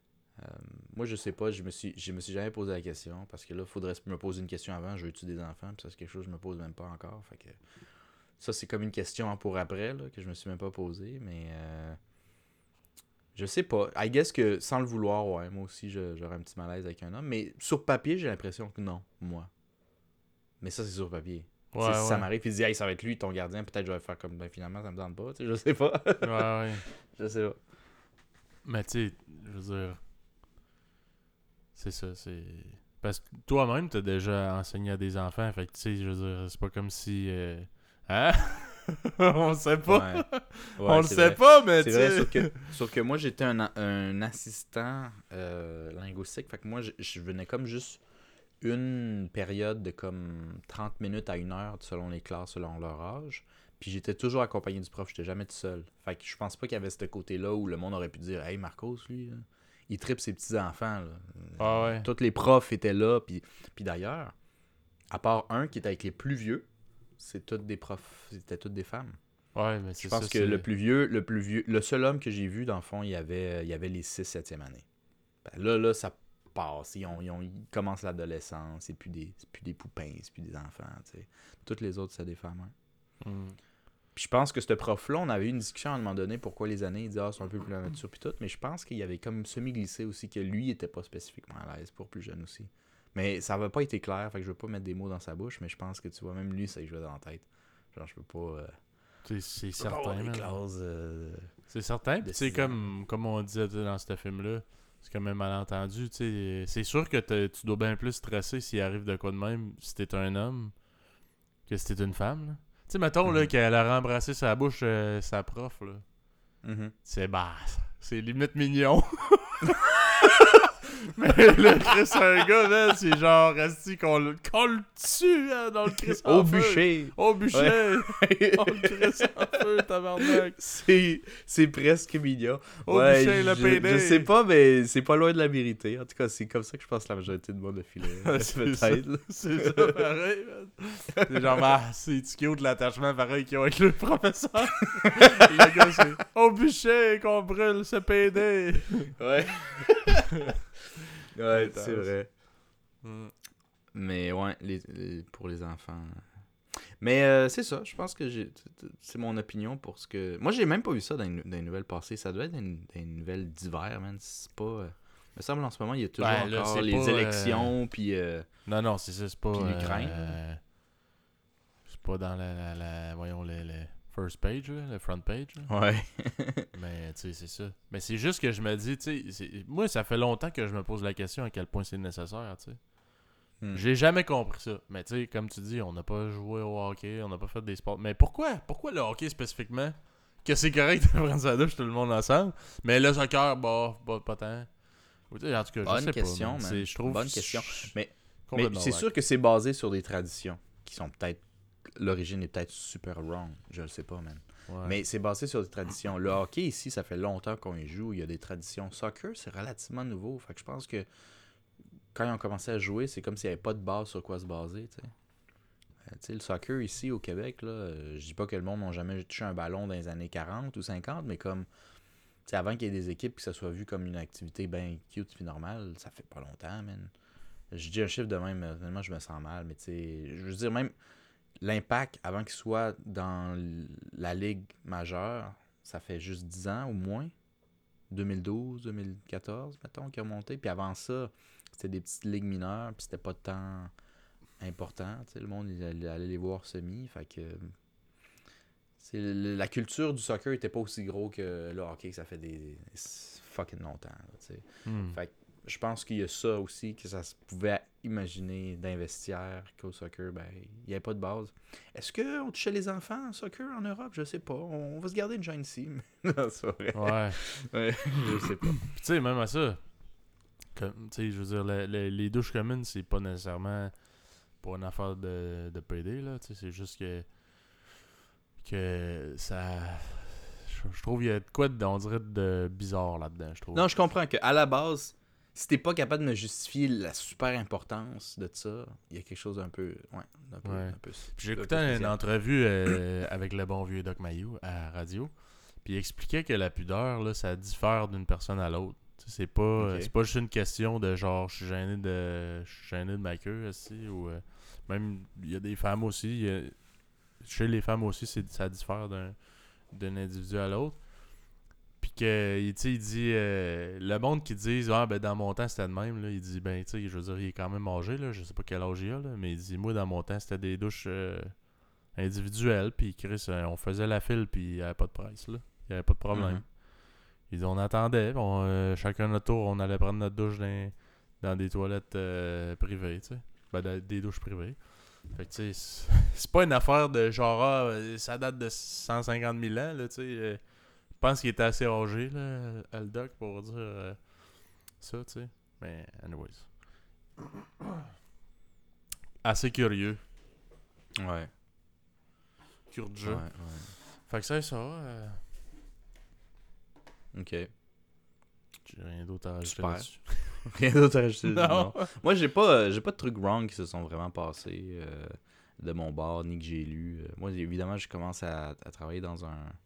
Moi, je sais pas, je me suis jamais posé la question parce que là, il faudrait me poser une question avant. Je veux-tu des enfants? Puis ça, c'est quelque chose que je me pose même pas encore. Fait que ça, c'est comme une question pour après là, que je me suis même pas posée. Mais je sais pas. I guess que sans le vouloir, ouais, moi aussi, j'aurais un petit malaise avec un homme. Mais sur papier, j'ai l'impression que non, moi. Mais ça, c'est sur papier. Ouais, Si ça ouais. m'arrive, puis il dit, hey, ça va être lui, ton gardien, peut-être je vais faire comme, ben finalement, ça me tente pas. Tu sais, je sais pas. Ouais, ouais. Je sais pas. Mais tu sais, je veux dire. C'est ça, c'est. Parce que toi-même, t'as déjà enseigné à des enfants, fait que tu sais, je veux dire, c'est pas comme si. Hein? On sait pas. Ouais. On Ouais, le c'est sait vrai. pas, mais C'est tu vrai, sais. sauf que moi, j'étais un assistant linguistique. Fait que moi, je venais comme juste une période de comme 30 minutes à 1 heure selon les classes, selon leur âge. Puis j'étais toujours accompagné du prof, j'étais jamais tout seul. Fait que je pense pas qu'il y avait ce côté-là où le monde aurait pu dire « Hey, Marcos, lui, là, il tripe ses petits-enfants. » Ah ouais. Tous les profs étaient là. Puis d'ailleurs, à part un qui était avec les plus vieux, c'est tous des profs, c'était toutes des femmes. Ouais, mais Je c'est pense ça. que le plus vieux, le seul homme que j'ai vu, dans le fond, il y avait les 6-7e années. Ben là, ça passe. Ils commencent l'adolescence. C'est plus des poupins, c'est plus des enfants. T'sais. Toutes les autres, c'est des femmes. Hein. Mm. Puis je pense que ce prof-là, on avait eu une discussion à un moment donné pourquoi les années, il dit, c'est un peu plus la nature, puis tout. Mais je pense qu'il y avait comme semi-glissé aussi que lui, il était pas spécifiquement à l'aise pour plus jeune aussi. Mais ça n'avait pas été clair, fait que je veux pas mettre des mots dans sa bouche, mais je pense que tu vois, même lui, ça lui jouait dans la tête. Genre, je peux pas. C'est Je peux pas avoir certain, des man. clauses. C'est certain. de Puis, tu sais, 6 ans. comme on disait dans ce film-là, c'est quand même malentendu. Tu sais, c'est sûr que tu dois bien plus stresser s'il arrive de quoi de même si t'es un homme que si t'es une femme. Là. Tu sais, mettons là, Mhm. qu'elle a embrassé sa bouche, sa prof. Là. Mhm. C'est c'est limite mignon. Mais là, Chris, un gars, là, c'est genre, resti qu'on le tue hein, dans le Chris en Au feu. bûcher! Au bûcher! Ouais. On le Chris en feu, tabarnak! C'est presque mignon. Au Ouais, bûcher, le PD! je sais pas, mais c'est pas loin de la vérité. En tout cas, c'est comme ça que je pense que la majorité de monde a filé. C'est ça. Peut-être. Là. C'est ça, pareil. Man. C'est genre, c'est cute l'attachement pareil qu'ils ont avec le professeur. Le gars, c'est au bûcher qu'on brûle ce PD! Ouais. Ouais, c'est vrai. Mm. Mais ouais, pour les enfants. Mais c'est ça, je pense que c'est mon opinion pour ce que. Moi, j'ai même pas vu ça dans les nouvelles passées. Ça doit être dans les nouvelles d'hiver, man. C'est pas. Il me semble en ce moment, il y a toujours Ben, là, encore c'est les pas, élections, puis. Non, c'est ça, c'est pas. Puis l'Ukraine. C'est pas dans voyons, le first page, là, le front page. Là. Ouais. Mais, tu sais, c'est ça. Mais c'est juste que je me dis, tu sais, moi, ça fait longtemps que je me pose la question à quel point c'est nécessaire, tu sais. J'ai jamais compris ça. Mais tu sais, comme tu dis, on n'a pas joué au hockey, on n'a pas fait des sports. Mais pourquoi? Pourquoi le hockey spécifiquement? Que c'est correct de prendre sa douche tout le monde ensemble. Mais le soccer, pas tant. En tout cas, je Bonne sais question, pas. man. Je trouve Bonne question. Mais complètement c'est whack. sûr que c'est basé sur des traditions qui sont peut-être... L'origine est peut-être super wrong. Je le sais pas, man. Ouais. Mais c'est basé sur des traditions. Le hockey, ici, ça fait longtemps qu'on y joue. Il y a des traditions. Soccer, c'est relativement nouveau. Fait que je pense que quand ils ont commencé à jouer, c'est comme s'il n'y avait pas de base sur quoi se baser, tu sais. Tu sais, le soccer ici au Québec, là, je dis pas que le monde n'a jamais touché un ballon dans les années 40 ou 50, mais comme, tu sais, avant qu'il y ait des équipes que ça soit vu comme une activité bien cute puis normale, ça fait pas longtemps, man. Je dis un chiffre de même, honnêtement, je me sens mal, mais tu sais, je veux dire, même l'impact avant qu'il soit dans la ligue majeure, ça fait juste 10 ans ou moins. 2012, 2014, mettons, qui a monté. Puis avant ça, c'était des petites ligues mineures, puis c'était pas tant important. Tu sais, le monde, il allait les voir semi. Fait que la culture du soccer était pas aussi gros que le hockey, que ça fait des fucking longtemps. Là, tu sais. Fait que je pense qu'il y a ça aussi, que ça se pouvait imaginer d'investir qu'au soccer, ben, il n'y avait pas de base. Est-ce qu'on touchait les enfants en soccer en Europe? Je sais pas. On va se garder une gêne ici. Non, c'est pas vrai. Ouais. Ouais, je sais pas. Puis tu sais, même à ça, tu sais, je veux dire, les douches communes, c'est pas nécessairement pour une affaire de PD, là. Tu sais, c'est juste que ça... Je trouve qu'il y a de quoi, on dirait, de bizarre là-dedans, je trouve. Non, je comprends qu'à la base, si t'es pas capable de me justifier la super importance de ça, il y a quelque chose d'un peu... Ouais, d'un peu... Ouais. Un peu Puis j'ai un écouté peu une spécial. entrevue avec le bon vieux Doc Mayou à radio. Puis il expliquait que la pudeur, là, ça diffère d'une personne à l'autre. Tu sais, Ok. c'est pas juste une question de genre je suis gêné de ma queue aussi ou même il y a des femmes aussi, chez les femmes aussi ça diffère d'un individu à l'autre. Puis que tu sais il dit le monde qui dit ben dans mon temps c'était de même là, il dit ben tu sais je veux dire il est quand même âgé là, je sais pas quel âge il a là, mais il dit moi dans mon temps c'était des douches individuelles puis Chris on faisait la file puis il y avait pas de presse là. Il y avait pas de problème. Mhm. Ils on attendait, chacun notre tour, on allait prendre notre douche dans des toilettes privées, tu sais. Ben, des douches privées. Fait que, tu sais, c'est pas une affaire de genre, ça date de 150 000 ans, là, tu sais. Je pense qu'il était assez âgé, là, le doc, pour dire ça, tu sais. Mais, anyways. Assez curieux. Ouais. Curieux. Ouais, ouais. Fait que c'est ça. Ok. J'ai rien d'autre à rajouter Super. là-dessus. Rien d'autre à rajouter. Non. Non. Moi, j'ai pas de trucs wrong qui se sont vraiment passés de mon bord, ni que j'ai lu. Moi, évidemment, je commence à travailler dans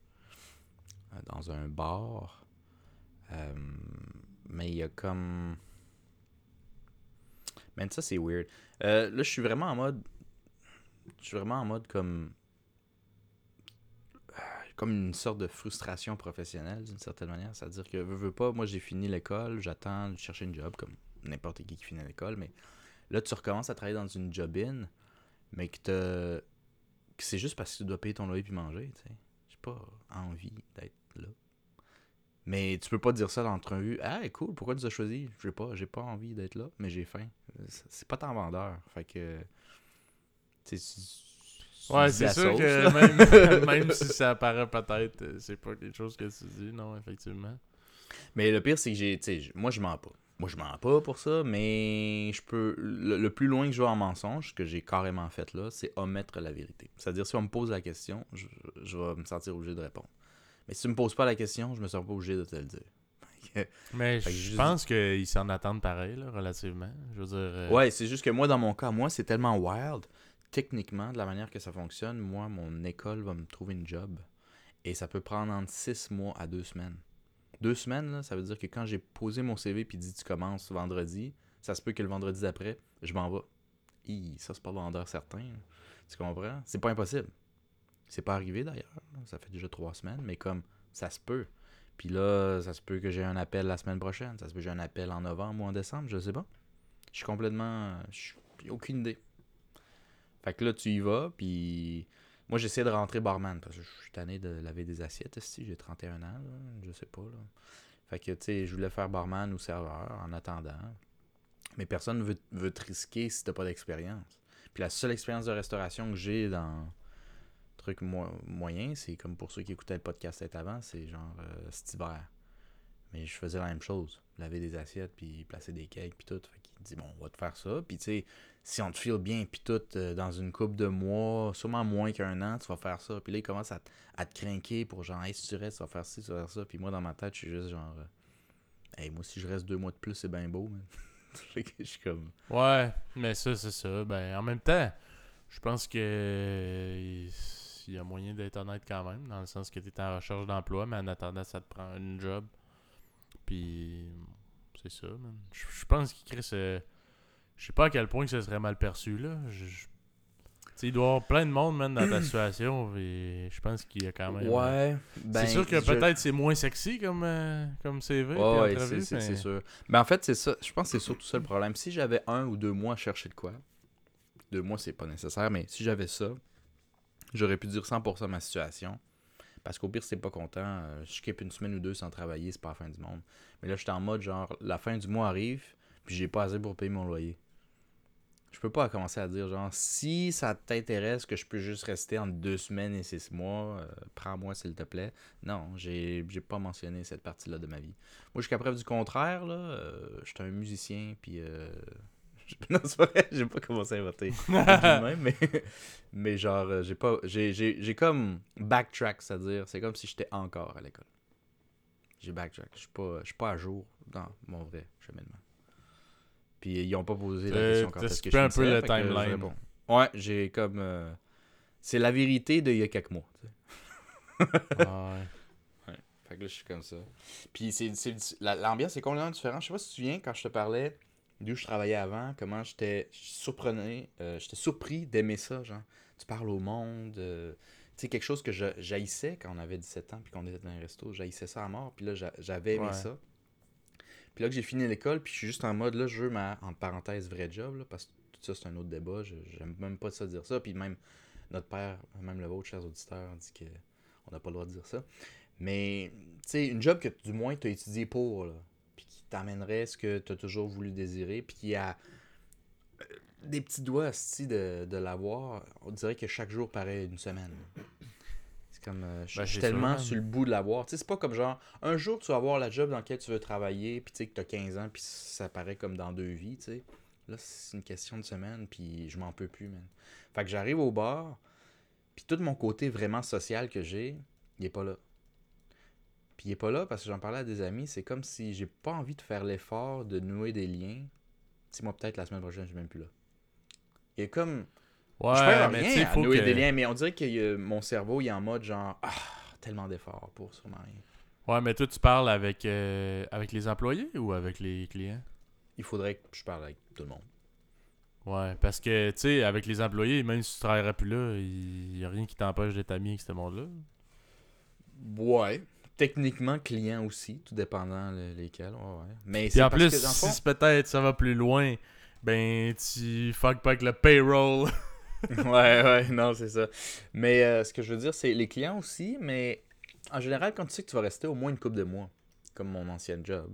un bar. Mais il y a comme... Man, ça, c'est weird. Là, je suis vraiment en mode... Je suis vraiment en mode comme une sorte de frustration professionnelle, d'une certaine manière. C'est-à-dire que, veux pas, moi, j'ai fini l'école, j'attends de chercher une job, comme n'importe qui finit l'école, mais là, tu recommences à travailler dans une job-in, mais que c'est juste parce que tu dois payer ton loyer puis manger, tu sais. J'ai pas envie d'être là. Mais tu peux pas dire ça dans l'entrevue. Ah, cool, pourquoi tu as choisi? J'ai pas envie d'être là, mais j'ai faim. C'est pas tant vendeur. Fait que, tu sais, Ouais, dis c'est la sûr sauce, que là. même si ça apparaît peut-être, c'est pas quelque chose que tu dis, non, effectivement. Mais le pire, c'est que moi, je mens pas. Moi, je mens pas pour ça, mais je peux. Le plus loin que je vais en mensonge, ce que j'ai carrément fait là, c'est omettre la vérité. C'est-à-dire, si on me pose la question, je vais me sentir obligé de répondre. Mais si tu me poses pas la question, je me sens pas obligé de te le dire. Mais Fait que je juste pense qu'ils s'en attendent pareil, là, relativement. Je veux dire. Ouais, c'est juste que moi, dans mon cas, moi, c'est tellement wild. Techniquement, de la manière que ça fonctionne, moi, mon école va me trouver une job. Et ça peut prendre entre 6 mois à 2 semaines. 2 semaines, là, ça veut dire que quand j'ai posé mon CV et dit tu commences vendredi, ça se peut que le vendredi d'après, je m'en vais. Ça, c'est pas vendeur certain. Tu comprends? C'est pas impossible. C'est pas arrivé d'ailleurs. Ça fait déjà 3 semaines, mais comme ça se peut. Puis là, ça se peut que j'ai un appel la semaine prochaine. Ça se peut que j'ai un appel en novembre ou en décembre, je sais pas. Je suis complètement... J'ai aucune idée. Fait que là, tu y vas, puis... Moi, j'essaie de rentrer barman, parce que je suis tanné de laver des assiettes, si j'ai 31 ans, là, je sais pas, là. Fait que, tu sais, je voulais faire barman ou serveur en attendant. Mais personne veut te risquer si t'as pas d'expérience. Puis la seule expérience de restauration que j'ai dans truc moyen, c'est comme pour ceux qui écoutaient le podcast avant, c'est genre cet hiver. Mais je faisais la même chose. Laver des assiettes, puis placer des cakes, puis tout. Fait qu'il dit, bon, on va te faire ça. Puis tu sais, si on te file bien, puis tout, dans une couple de mois, sûrement moins qu'un an, tu vas faire ça. Puis là, il commence à te craquer pour genre, hey, si tu restes, tu vas faire ci, tu vas faire ça. Puis moi, dans ma tête, je suis juste genre, hey, moi, si je reste 2 mois de plus, c'est bien beau, man. Fait que je suis comme. Ouais, mais ça, c'est ça. Ben, en même temps, je pense que il y a moyen d'être honnête quand même, dans le sens que tu es en recherche d'emploi, mais en attendant, ça te prend une job. Puis, c'est ça, man. Je pense qu'il crée ce. Je sais pas à quel point que ce serait mal perçu, là. Tu sais, il doit y avoir plein de monde, man, dans ta situation, et je pense qu'il y a quand même. Ouais, ben. C'est sûr que peut-être c'est moins sexy comme CV puis Ouais, entrevue, mais. c'est sûr. Mais en fait, c'est ça. Je pense que c'est surtout ça le problème. Si j'avais 1 ou 2 mois à chercher de quoi, 2 mois, c'est pas nécessaire, mais si j'avais ça, j'aurais pu dire 100% ma situation. Parce qu'au pire, si t'es pas content, je skip une semaine ou 2 sans travailler, c'est pas la fin du monde. Mais là, j'étais en mode genre, la fin du mois arrive, puis j'ai pas assez pour payer mon loyer. Je peux pas commencer à dire genre, si ça t'intéresse que je peux juste rester entre 2 semaines et 6 mois, prends-moi s'il te plaît. Non, j'ai pas mentionné cette partie-là de ma vie. Moi, jusqu'à preuve du contraire, là, j'étais un musicien, puis non, c'est pas vrai, j'ai pas commencé à inventer même, mais genre, j'ai comme backtrack, c'est-à-dire, c'est comme si j'étais encore à l'école. J'ai backtrack, je suis pas à jour dans mon vrai cheminement. Puis ils ont pas posé la question quand T'as est-ce que skippé je un peu finissais, le fait que je timeline. réponds. Ouais, j'ai comme... c'est la vérité d'il y a quelques mois, tu sais. Ouais. Ouais, fait que là, je suis comme ça. Puis l'ambiance est complètement différente. Je sais pas si tu te souviens, quand je te parlais d'où je travaillais avant, comment j'étais surpris d'aimer ça, genre. Tu parles au monde, tu sais, quelque chose que j'haïssais quand on avait 17 ans, puis qu'on était dans un resto, j'haïssais ça à mort, puis là, j'avais aimé Ouais. ça. Puis là que j'ai fini l'école, puis je suis juste en mode, là, je veux ma, entre parenthèses, vraie job, là, parce que tout ça, c'est un autre débat. J'aime même pas ça dire ça. Puis même notre père, même le vôtre, chers auditeurs, dit qu'on n'a pas le droit de dire ça. Mais, tu sais, une job que du moins tu as étudié pour, là, puis qui t'amènerait ce que tu as toujours voulu désirer, puis qui a des petits doigts assis de l'avoir, on dirait que chaque jour paraît une semaine. C'est comme, je Ben, suis c'est sûr, tellement sur man. le bout de l'avoir. Tu sais, c'est pas comme genre, un jour tu vas avoir la job dans laquelle tu veux travailler, puis tu sais que t'as 15 ans, puis ça paraît comme dans 2 vies, tu sais. Là, c'est une question de semaine, puis je m'en peux plus, man. Fait que j'arrive au bar, puis tout mon côté vraiment social que j'ai, il est pas là. Puis il est pas là parce que j'en parlais à des amis, c'est comme si j'ai pas envie de faire l'effort de nouer des liens. Tu sais, moi, peut-être la semaine prochaine, je suis même plus là. Il est comme. Je Ouais, perds mais tu sais, rien à faut nouer des que. liens, mais on dirait que mon cerveau, il est en mode genre, ah, tellement d'efforts pour sûrement rien. Ouais, mais toi, tu parles avec les employés ou avec les clients? Il faudrait que je parle avec tout le monde. Ouais, parce que, tu sais, avec les employés, même si tu travaillerais plus là, il y a rien qui t'empêche d'être ami avec ce monde-là. Ouais. Techniquement, client aussi, tout dépendant lesquels. Ouais, ouais. Mais Puis c'est en parce plus, que, dans le si fond. peut-être ça va plus loin, ben, tu fuck pas avec le payroll. Ouais, ouais, non, c'est ça. Mais ce que je veux dire, c'est les clients aussi, mais en général, quand tu sais que tu vas rester au moins une couple de mois, comme mon ancien job,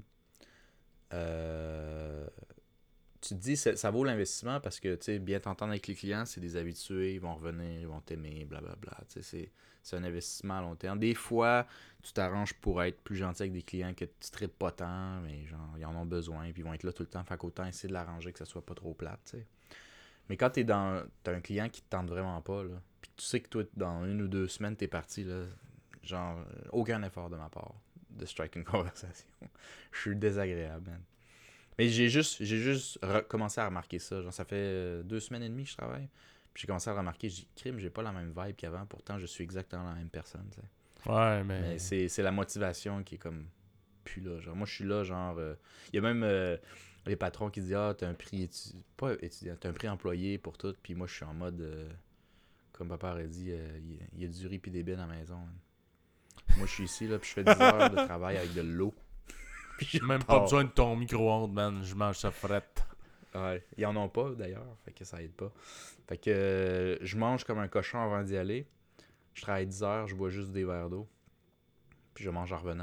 euh, tu te dis ça vaut l'investissement parce que tu sais bien t'entendre avec les clients, c'est des habitués, ils vont revenir, ils vont t'aimer, blablabla. Tu sais, c'est un investissement à long terme. Des fois, tu t'arranges pour être plus gentil avec des clients que tu traites pas tant, mais genre ils en ont besoin, puis ils vont être là tout le temps, fait qu'autant essayer de l'arranger que ça soit pas trop plate, tu sais. Mais quand t'as un client qui te tente vraiment pas, là, puis tu sais que toi, dans 1 ou 2 semaines, t'es parti, là, genre, aucun effort de ma part de strike une conversation. Je suis désagréable, man. Mais j'ai juste commencé à remarquer ça. Genre, ça fait 2 semaines et demie que je travaille. Puis j'ai commencé à remarquer, j'ai crime, j'ai pas la même vibe qu'avant. Pourtant, je suis exactement la même personne, tu sais. Ouais, Mais mais. c'est la motivation qui est comme plus là. Genre, moi, je suis là, genre. Il y a même les patrons qui disent, ah, t'as un prix pas étudiant, t'as un prix employé pour tout. Puis moi, je suis en mode, comme papa aurait dit, il y a du riz puis des bines à la maison, hein. Moi, je suis ici, là, puis je fais 10 heures de travail avec de l'eau. Puis je Même pas pars. besoin de ton micro-ondes, man. Je mange ça frette. Ouais, ils en ont pas d'ailleurs, fait que ça aide pas. Fait que je mange comme un cochon avant d'y aller. Je travaille 10 heures, je bois juste des verres d'eau. Puis je mange en revenant.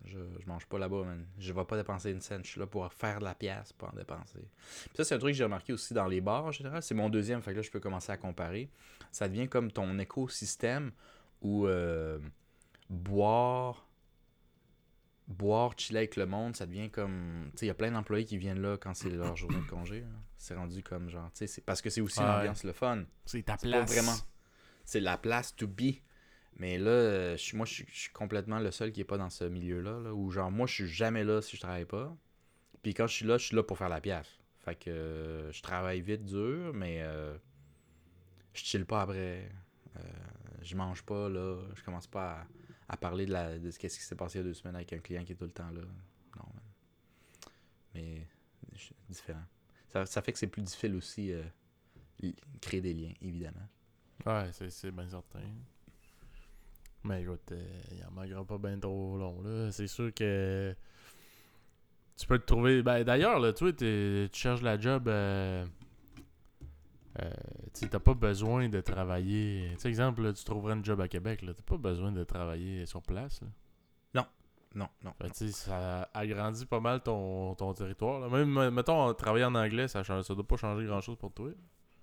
Je mange pas là-bas, man. Je vais pas dépenser une scène. Je suis là pour faire de la pièce, pas en dépenser. Puis ça, c'est un truc que j'ai remarqué aussi dans les bars en général. C'est mon deuxième, fait que là, je peux commencer à comparer. Ça devient comme ton écosystème où boire, chiller avec le monde, ça devient comme. Tu sais, il y a plein d'employés qui viennent là quand c'est leur journée de congé. Là. C'est rendu comme genre. Tu sais, parce que c'est aussi une Ouais. ambiance le fun. C'est ta C'est pas place. vraiment. C'est la place to be. Mais là, je suis complètement le seul qui est pas dans ce milieu-là. Là, où genre, moi, je suis jamais là si je travaille pas. Puis quand je suis là pour faire la pièce. Fait que je travaille vite, dur, mais je chill pas après. Euh, je mange pas, là. Je commence pas à parler de ce qui s'est passé il y a 2 semaines avec un client qui est tout le temps là. Non, man. Mais différent. Ça fait que c'est plus difficile aussi créer des liens, évidemment. Ouais, c'est bien certain. Mais écoute, il en manquera pas bien trop long, là. C'est sûr que tu peux te trouver... Ben, d'ailleurs, là, toi, tu cherches la job... tu t'as pas besoin de travailler... Tu sais, exemple, là, tu trouverais une job à Québec, là. T'as pas besoin de travailler sur place, là. Non. Fait que, tu sais, ça agrandit pas mal ton territoire, là. Même, mettons, travailler en anglais, ça doit pas changer grand-chose pour toi.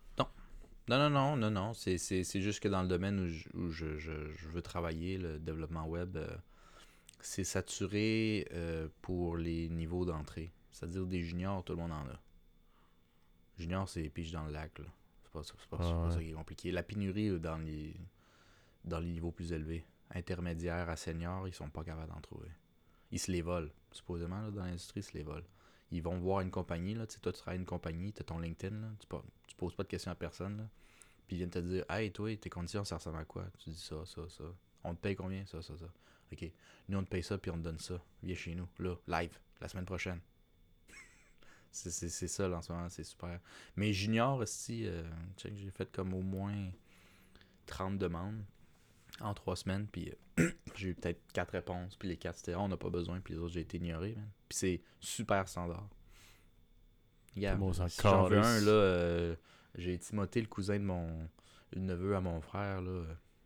Non. C'est juste que dans le domaine où je veux travailler, le développement web, c'est saturé pour les niveaux d'entrée. C'est-à-dire des juniors, tout le monde en a. Junior, c'est pige dans le lac. Là. C'est pas ça qui est compliqué. La pénurie dans les niveaux plus élevés. Intermédiaires à seniors, ils sont pas capables d'en trouver. Ils se les volent. Supposément, là, dans l'industrie, ils se les volent. Ils vont voir une compagnie. Là, toi, tu travailles une compagnie, tu as ton LinkedIn. Là, tu poses pas de questions à personne. Là, puis ils viennent te dire, hey, toi, tes conditions, ça ressemble à quoi? Tu dis ça. On te paye combien? Ça. OK. Nous, on te paye ça, puis on te donne ça. Viens chez nous, là, live, la semaine prochaine. C'est ça, là, en ce moment, c'est super. Mais junior, aussi, j'ai fait comme au moins 30 demandes en 3 semaines, puis j'ai eu peut-être 4 réponses, puis les 4 c'était on n'a pas besoin, puis les autres j'ai été ignoré, man. Puis c'est super standard. Tout le Regarde, monde s'en si j'en veux un, calisse. là, j'ai Timothée, le cousin de le neveu à mon frère, là,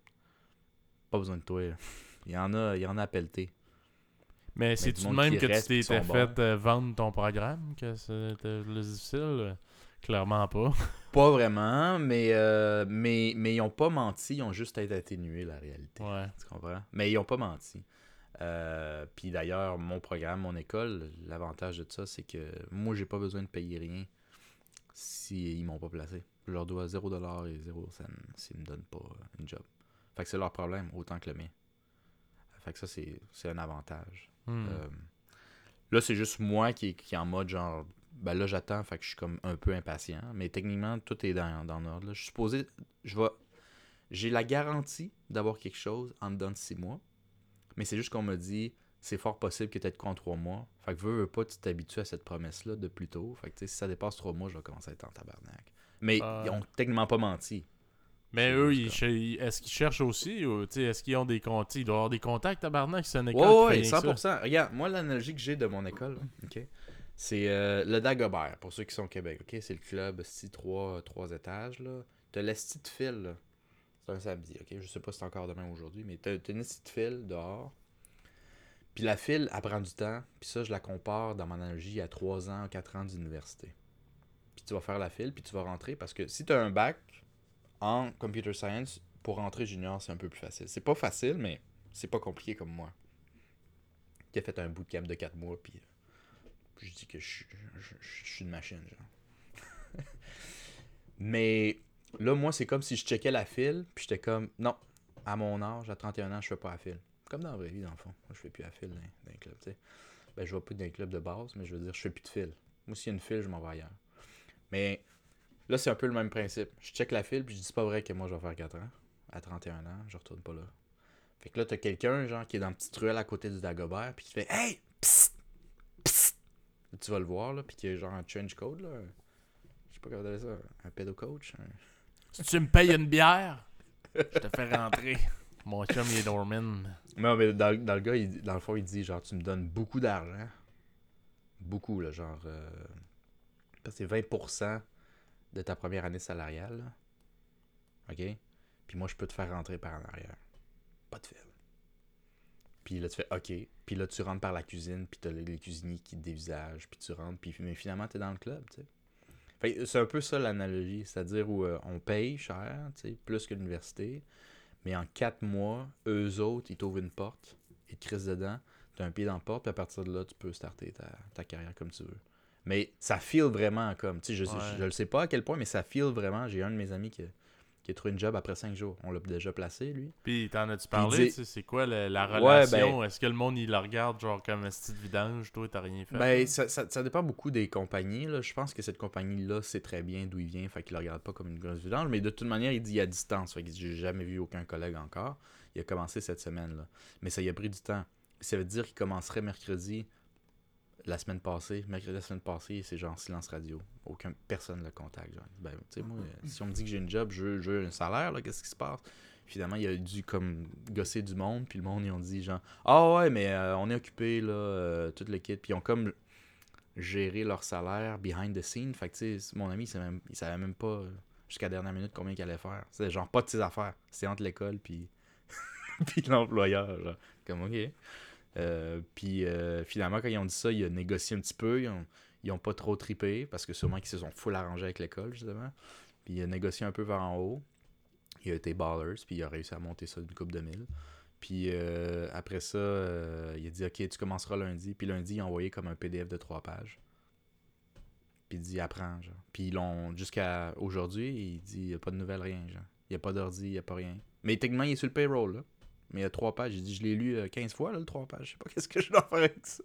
pas besoin de toi. Là. Il y en a à pelleter. Mais Mais du c'est-tu de monde même qui que tu reste et qui t'étais sont bons. fait vendre ton programme que c'était le difficile? Clairement pas. Pas vraiment, mais ils ont pas menti, ils ont juste été atténués, la réalité. Ouais. Tu comprends? Mais ils ont pas menti. Puis d'ailleurs, mon programme, mon école, l'avantage de ça, c'est que moi, j'ai pas besoin de payer rien s'ils m'ont pas placé. Je leur dois 0$ et 0 cent s'ils me donnent pas une job. Fait que c'est leur problème, autant que le mien. Fait que ça, c'est un avantage. Hmm. Euh, Là, c'est juste moi qui est en mode genre. Ben là, j'attends, fait que je suis comme un peu impatient. Mais techniquement, tout est dans l'ordre. Là. Je suis supposé. Je vais. J'ai la garantie d'avoir quelque chose en dedans de 6 mois. Mais c'est juste qu'on m'a dit c'est fort possible que peut-être qu'en 3 mois. Fait que veux pas, tu t'habitues à cette promesse-là de plus tôt. Fait que tu sais, si ça dépasse 3 mois, je vais commencer à être en tabarnak. Mais ils ont techniquement pas menti. Mais C'est eux, juste comme. est-ce qu'ils cherchent aussi ou est-ce qu'ils ont des contacts? Ils doivent avoir des contacts, tabarnak, c'est une école qui Ouais, fait ouais, rien que ça. 100%. Regarde, moi, l'analogie que j'ai de mon école, ok, c'est le Dagobert, pour ceux qui sont au Québec. Ok, c'est le club, c'est trois étages. Là. T'as l'esti de fil, là. C'est un samedi, ok? Je sais pas si c'est encore demain ou aujourd'hui, mais t'as une esti de fil dehors. Puis la file, elle prend du temps. Puis ça, je la compare dans mon analogie à 3 ans, 4 ans d'université. Puis tu vas faire la file, puis tu vas rentrer. Parce que si tu as un bac en computer science, pour rentrer junior, c'est un peu plus facile. C'est pas facile, mais c'est pas compliqué comme moi. Qui a fait un bootcamp de 4 mois, puis je dis que je suis une machine, genre. Mais là, moi, c'est comme si je checkais la file, puis j'étais comme, non, à mon âge, à 31 ans, je fais pas la file. Comme dans la vraie vie, dans le fond. Moi, je fais plus la file dans les clubs, tu sais. Ben, je vais plus dans les clubs de base, mais je veux dire, je fais plus de file. Moi, s'il y a une file, je m'en vais ailleurs. Mais là, c'est un peu le même principe. Je check la file, puis je dis, c'est pas vrai que moi, je vais faire 4 ans. À 31 ans, je retourne pas là. Fait que là, t'as quelqu'un, genre, qui est dans une petite ruelle à côté du Dagobert, puis qui fait, hey, psst, psst. Tu vas le voir, là, puis qui est genre un trench code, là. Je sais pas comment t'appelles ça. Un pédocoach. Si tu me payes une bière, je te fais rentrer. Mon chum, il est Dorman. Non, mais dans le gars, dans le fond, il dit, genre, tu me donnes beaucoup d'argent. Beaucoup, là, genre, c'est 20% de ta première année salariale, là. OK? Puis moi, je peux te faire rentrer par en arrière. Pas de fil. Puis là, tu fais OK. Puis là, tu rentres par la cuisine, puis t'as les cuisiniers qui te dévisagent, puis tu rentres, puis mais finalement, t'es dans le club, tu sais. Fait que c'est un peu ça l'analogie, c'est-à-dire où on paye cher, tu sais, plus que l'université, mais en 4 mois, eux autres, ils t'ouvrent une porte, ils te crissent dedans, t'as un pied dans la porte, puis à partir de là, tu peux starter ta carrière comme tu veux. Mais ça feel vraiment comme, tu sais, je le sais pas à quel point, mais ça feel vraiment. J'ai un de mes amis qui a trouvé une job après 5 jours. On l'a déjà placé, lui. Puis t'en as-tu Puis il parlé, dit- tu sais, c'est quoi la Ouais, relation? Est-ce que le monde, il le regarde genre comme un style vidange, toi, t'as rien fait? Ben, ça dépend beaucoup des compagnies, là. Je pense que cette compagnie-là sait très bien d'où il vient, fait qu'il le regarde pas comme une grosse vidange. Mais de toute manière, il dit à distance, fait que j'ai jamais vu aucun collègue encore. Il a commencé cette semaine-là. Mais ça y a pris du temps. Ça veut dire qu'il commencerait mercredi la semaine passée. Mercredi la semaine passée, c'est genre silence radio. Personne le contacte. Genre. Ben, tu sais, moi, si on me dit que j'ai une job, je veux un salaire, là, qu'est-ce qui se passe? Finalement, il a dû comme gosser du monde, puis le monde, ils ont dit genre « Ah ouais, mais on est occupé, là, toute l'équipe. » Puis ils ont comme géré leur salaire behind the scene. Fait que, tu sais, mon ami, il savait même pas jusqu'à la dernière minute combien qu'il allait faire. C'est genre pas de ses affaires. C'est entre l'école, puis puis l'employeur, genre. Comme, OK. Puis finalement, quand ils ont dit ça, il a négocié un petit peu. Ils ont pas trop trippé parce que sûrement qu'ils se sont full arrangés avec l'école, justement. Puis il a négocié un peu vers en haut. Il a été ballers, puis il a réussi à monter ça d'une coupe de mille. Puis après ça, il a dit OK, tu commenceras lundi. Puis lundi, il a envoyé comme un PDF de 3 pages. Puis il dit apprends, genre. Puis ils l'ont jusqu'à aujourd'hui, il dit il n'y a pas de nouvelles, rien, genre. Il n'y a pas d'ordi, il n'y a pas rien. Mais techniquement, il est sur le payroll, là. Mais il y a 3 pages. Il dit je l'ai lu 15 fois, là, le 3 pages. Je sais pas qu'est-ce que je dois faire avec ça.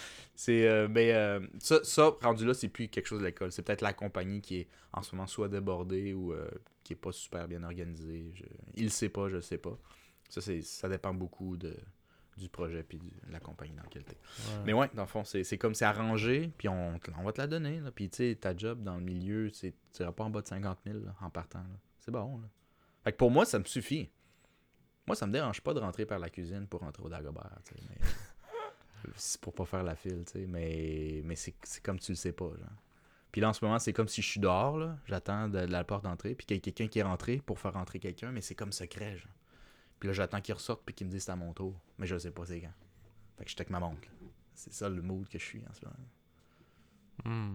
Ça, rendu là, c'est plus quelque chose de l'école. C'est peut-être la compagnie qui est en ce moment soit débordée ou qui est pas super bien organisée. Il le sait pas, je le sais pas. Ça dépend beaucoup du projet puis de la compagnie dans laquelle t'es. Ouais. Mais ouais, dans le fond, c'est comme c'est arrangé, puis on va te la donner. Là. Puis tu sais, ta job dans le milieu, tu iras pas en bas de 50 000 là, en partant. Là. C'est bon. Là. Fait que pour moi, ça me suffit. Moi, ça me dérange pas de rentrer par la cuisine pour rentrer au Dagobert. Mais c'est pour pas faire la file, tu sais. Mais c'est comme tu le sais pas, genre. Puis là, en ce moment, c'est comme si je suis dehors, là. J'attends de la porte d'entrée, puis qu'il y a quelqu'un qui est rentré pour faire rentrer quelqu'un, mais c'est comme secret, genre. Puis là, j'attends qu'il ressorte, puis qu'il me dise c'est à mon tour. Mais je sais pas c'est quand. Fait que je check ma montre, là. C'est ça le mood que je suis en ce moment.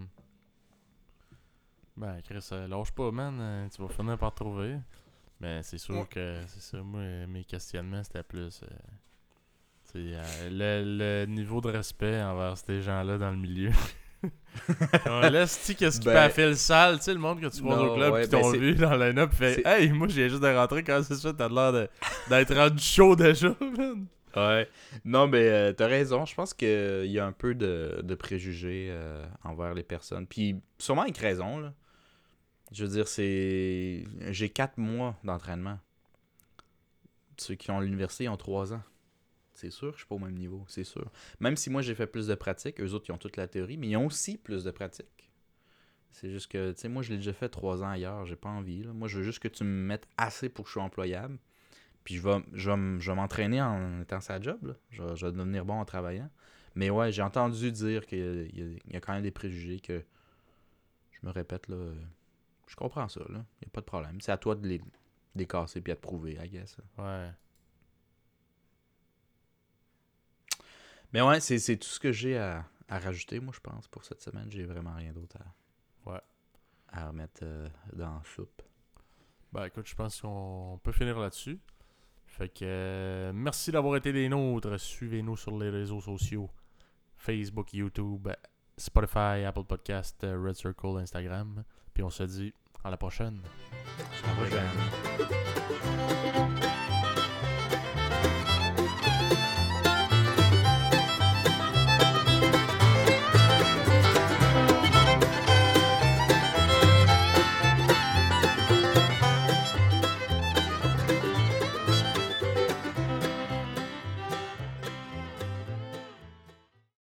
Ben, Chris, lâche pas, man. Tu vas finir par trouver. Mais c'est sûr que c'est ça. Moi, mes questionnements, c'était plus. Le niveau de respect envers ces gens-là dans le milieu. On laisse-tu qu'est-ce qui peut faire le sale, tu sais, le monde que tu vois au club qui t'ont vu dans le line-up fait hey, moi j'ai juste de rentrer quand c'est ça, t'as l'air d'être rendu chaud déjà, man. Ouais. Non, mais t'as raison. Je pense qu'il y a un peu de préjugés envers les personnes. Puis sûrement avec raison, là. Je veux dire, j'ai 4 mois d'entraînement. Ceux qui ont l'université, ils ont 3 ans. C'est sûr que je suis pas au même niveau, c'est sûr. Même si moi j'ai fait plus de pratique, eux autres ils ont toute la théorie, mais ils ont aussi plus de pratique. C'est juste que, tu sais, moi je l'ai déjà fait 3 ans ailleurs, j'ai pas envie. Là. Moi je veux juste que tu me mettes assez pour que je sois employable. Puis je vais m'entraîner en étant sa job. Là. Je vais devenir bon en travaillant. Mais ouais, j'ai entendu dire qu'il y a quand même des préjugés que je me répète là. Je comprends ça, là. Il n'y a pas de problème. C'est à toi de les casser puis à te prouver, I guess. Ouais. Mais ouais, c'est tout ce que j'ai à rajouter, moi, je pense, pour cette semaine. J'ai vraiment rien d'autre à remettre dans la soupe. Ben écoute, je pense qu'on peut finir là-dessus. Fait que merci d'avoir été des nôtres. Suivez-nous sur les réseaux sociaux. Facebook, YouTube, Spotify, Apple Podcast, Red Circle, Instagram. Puis on se dit à la prochaine. À la prochaine.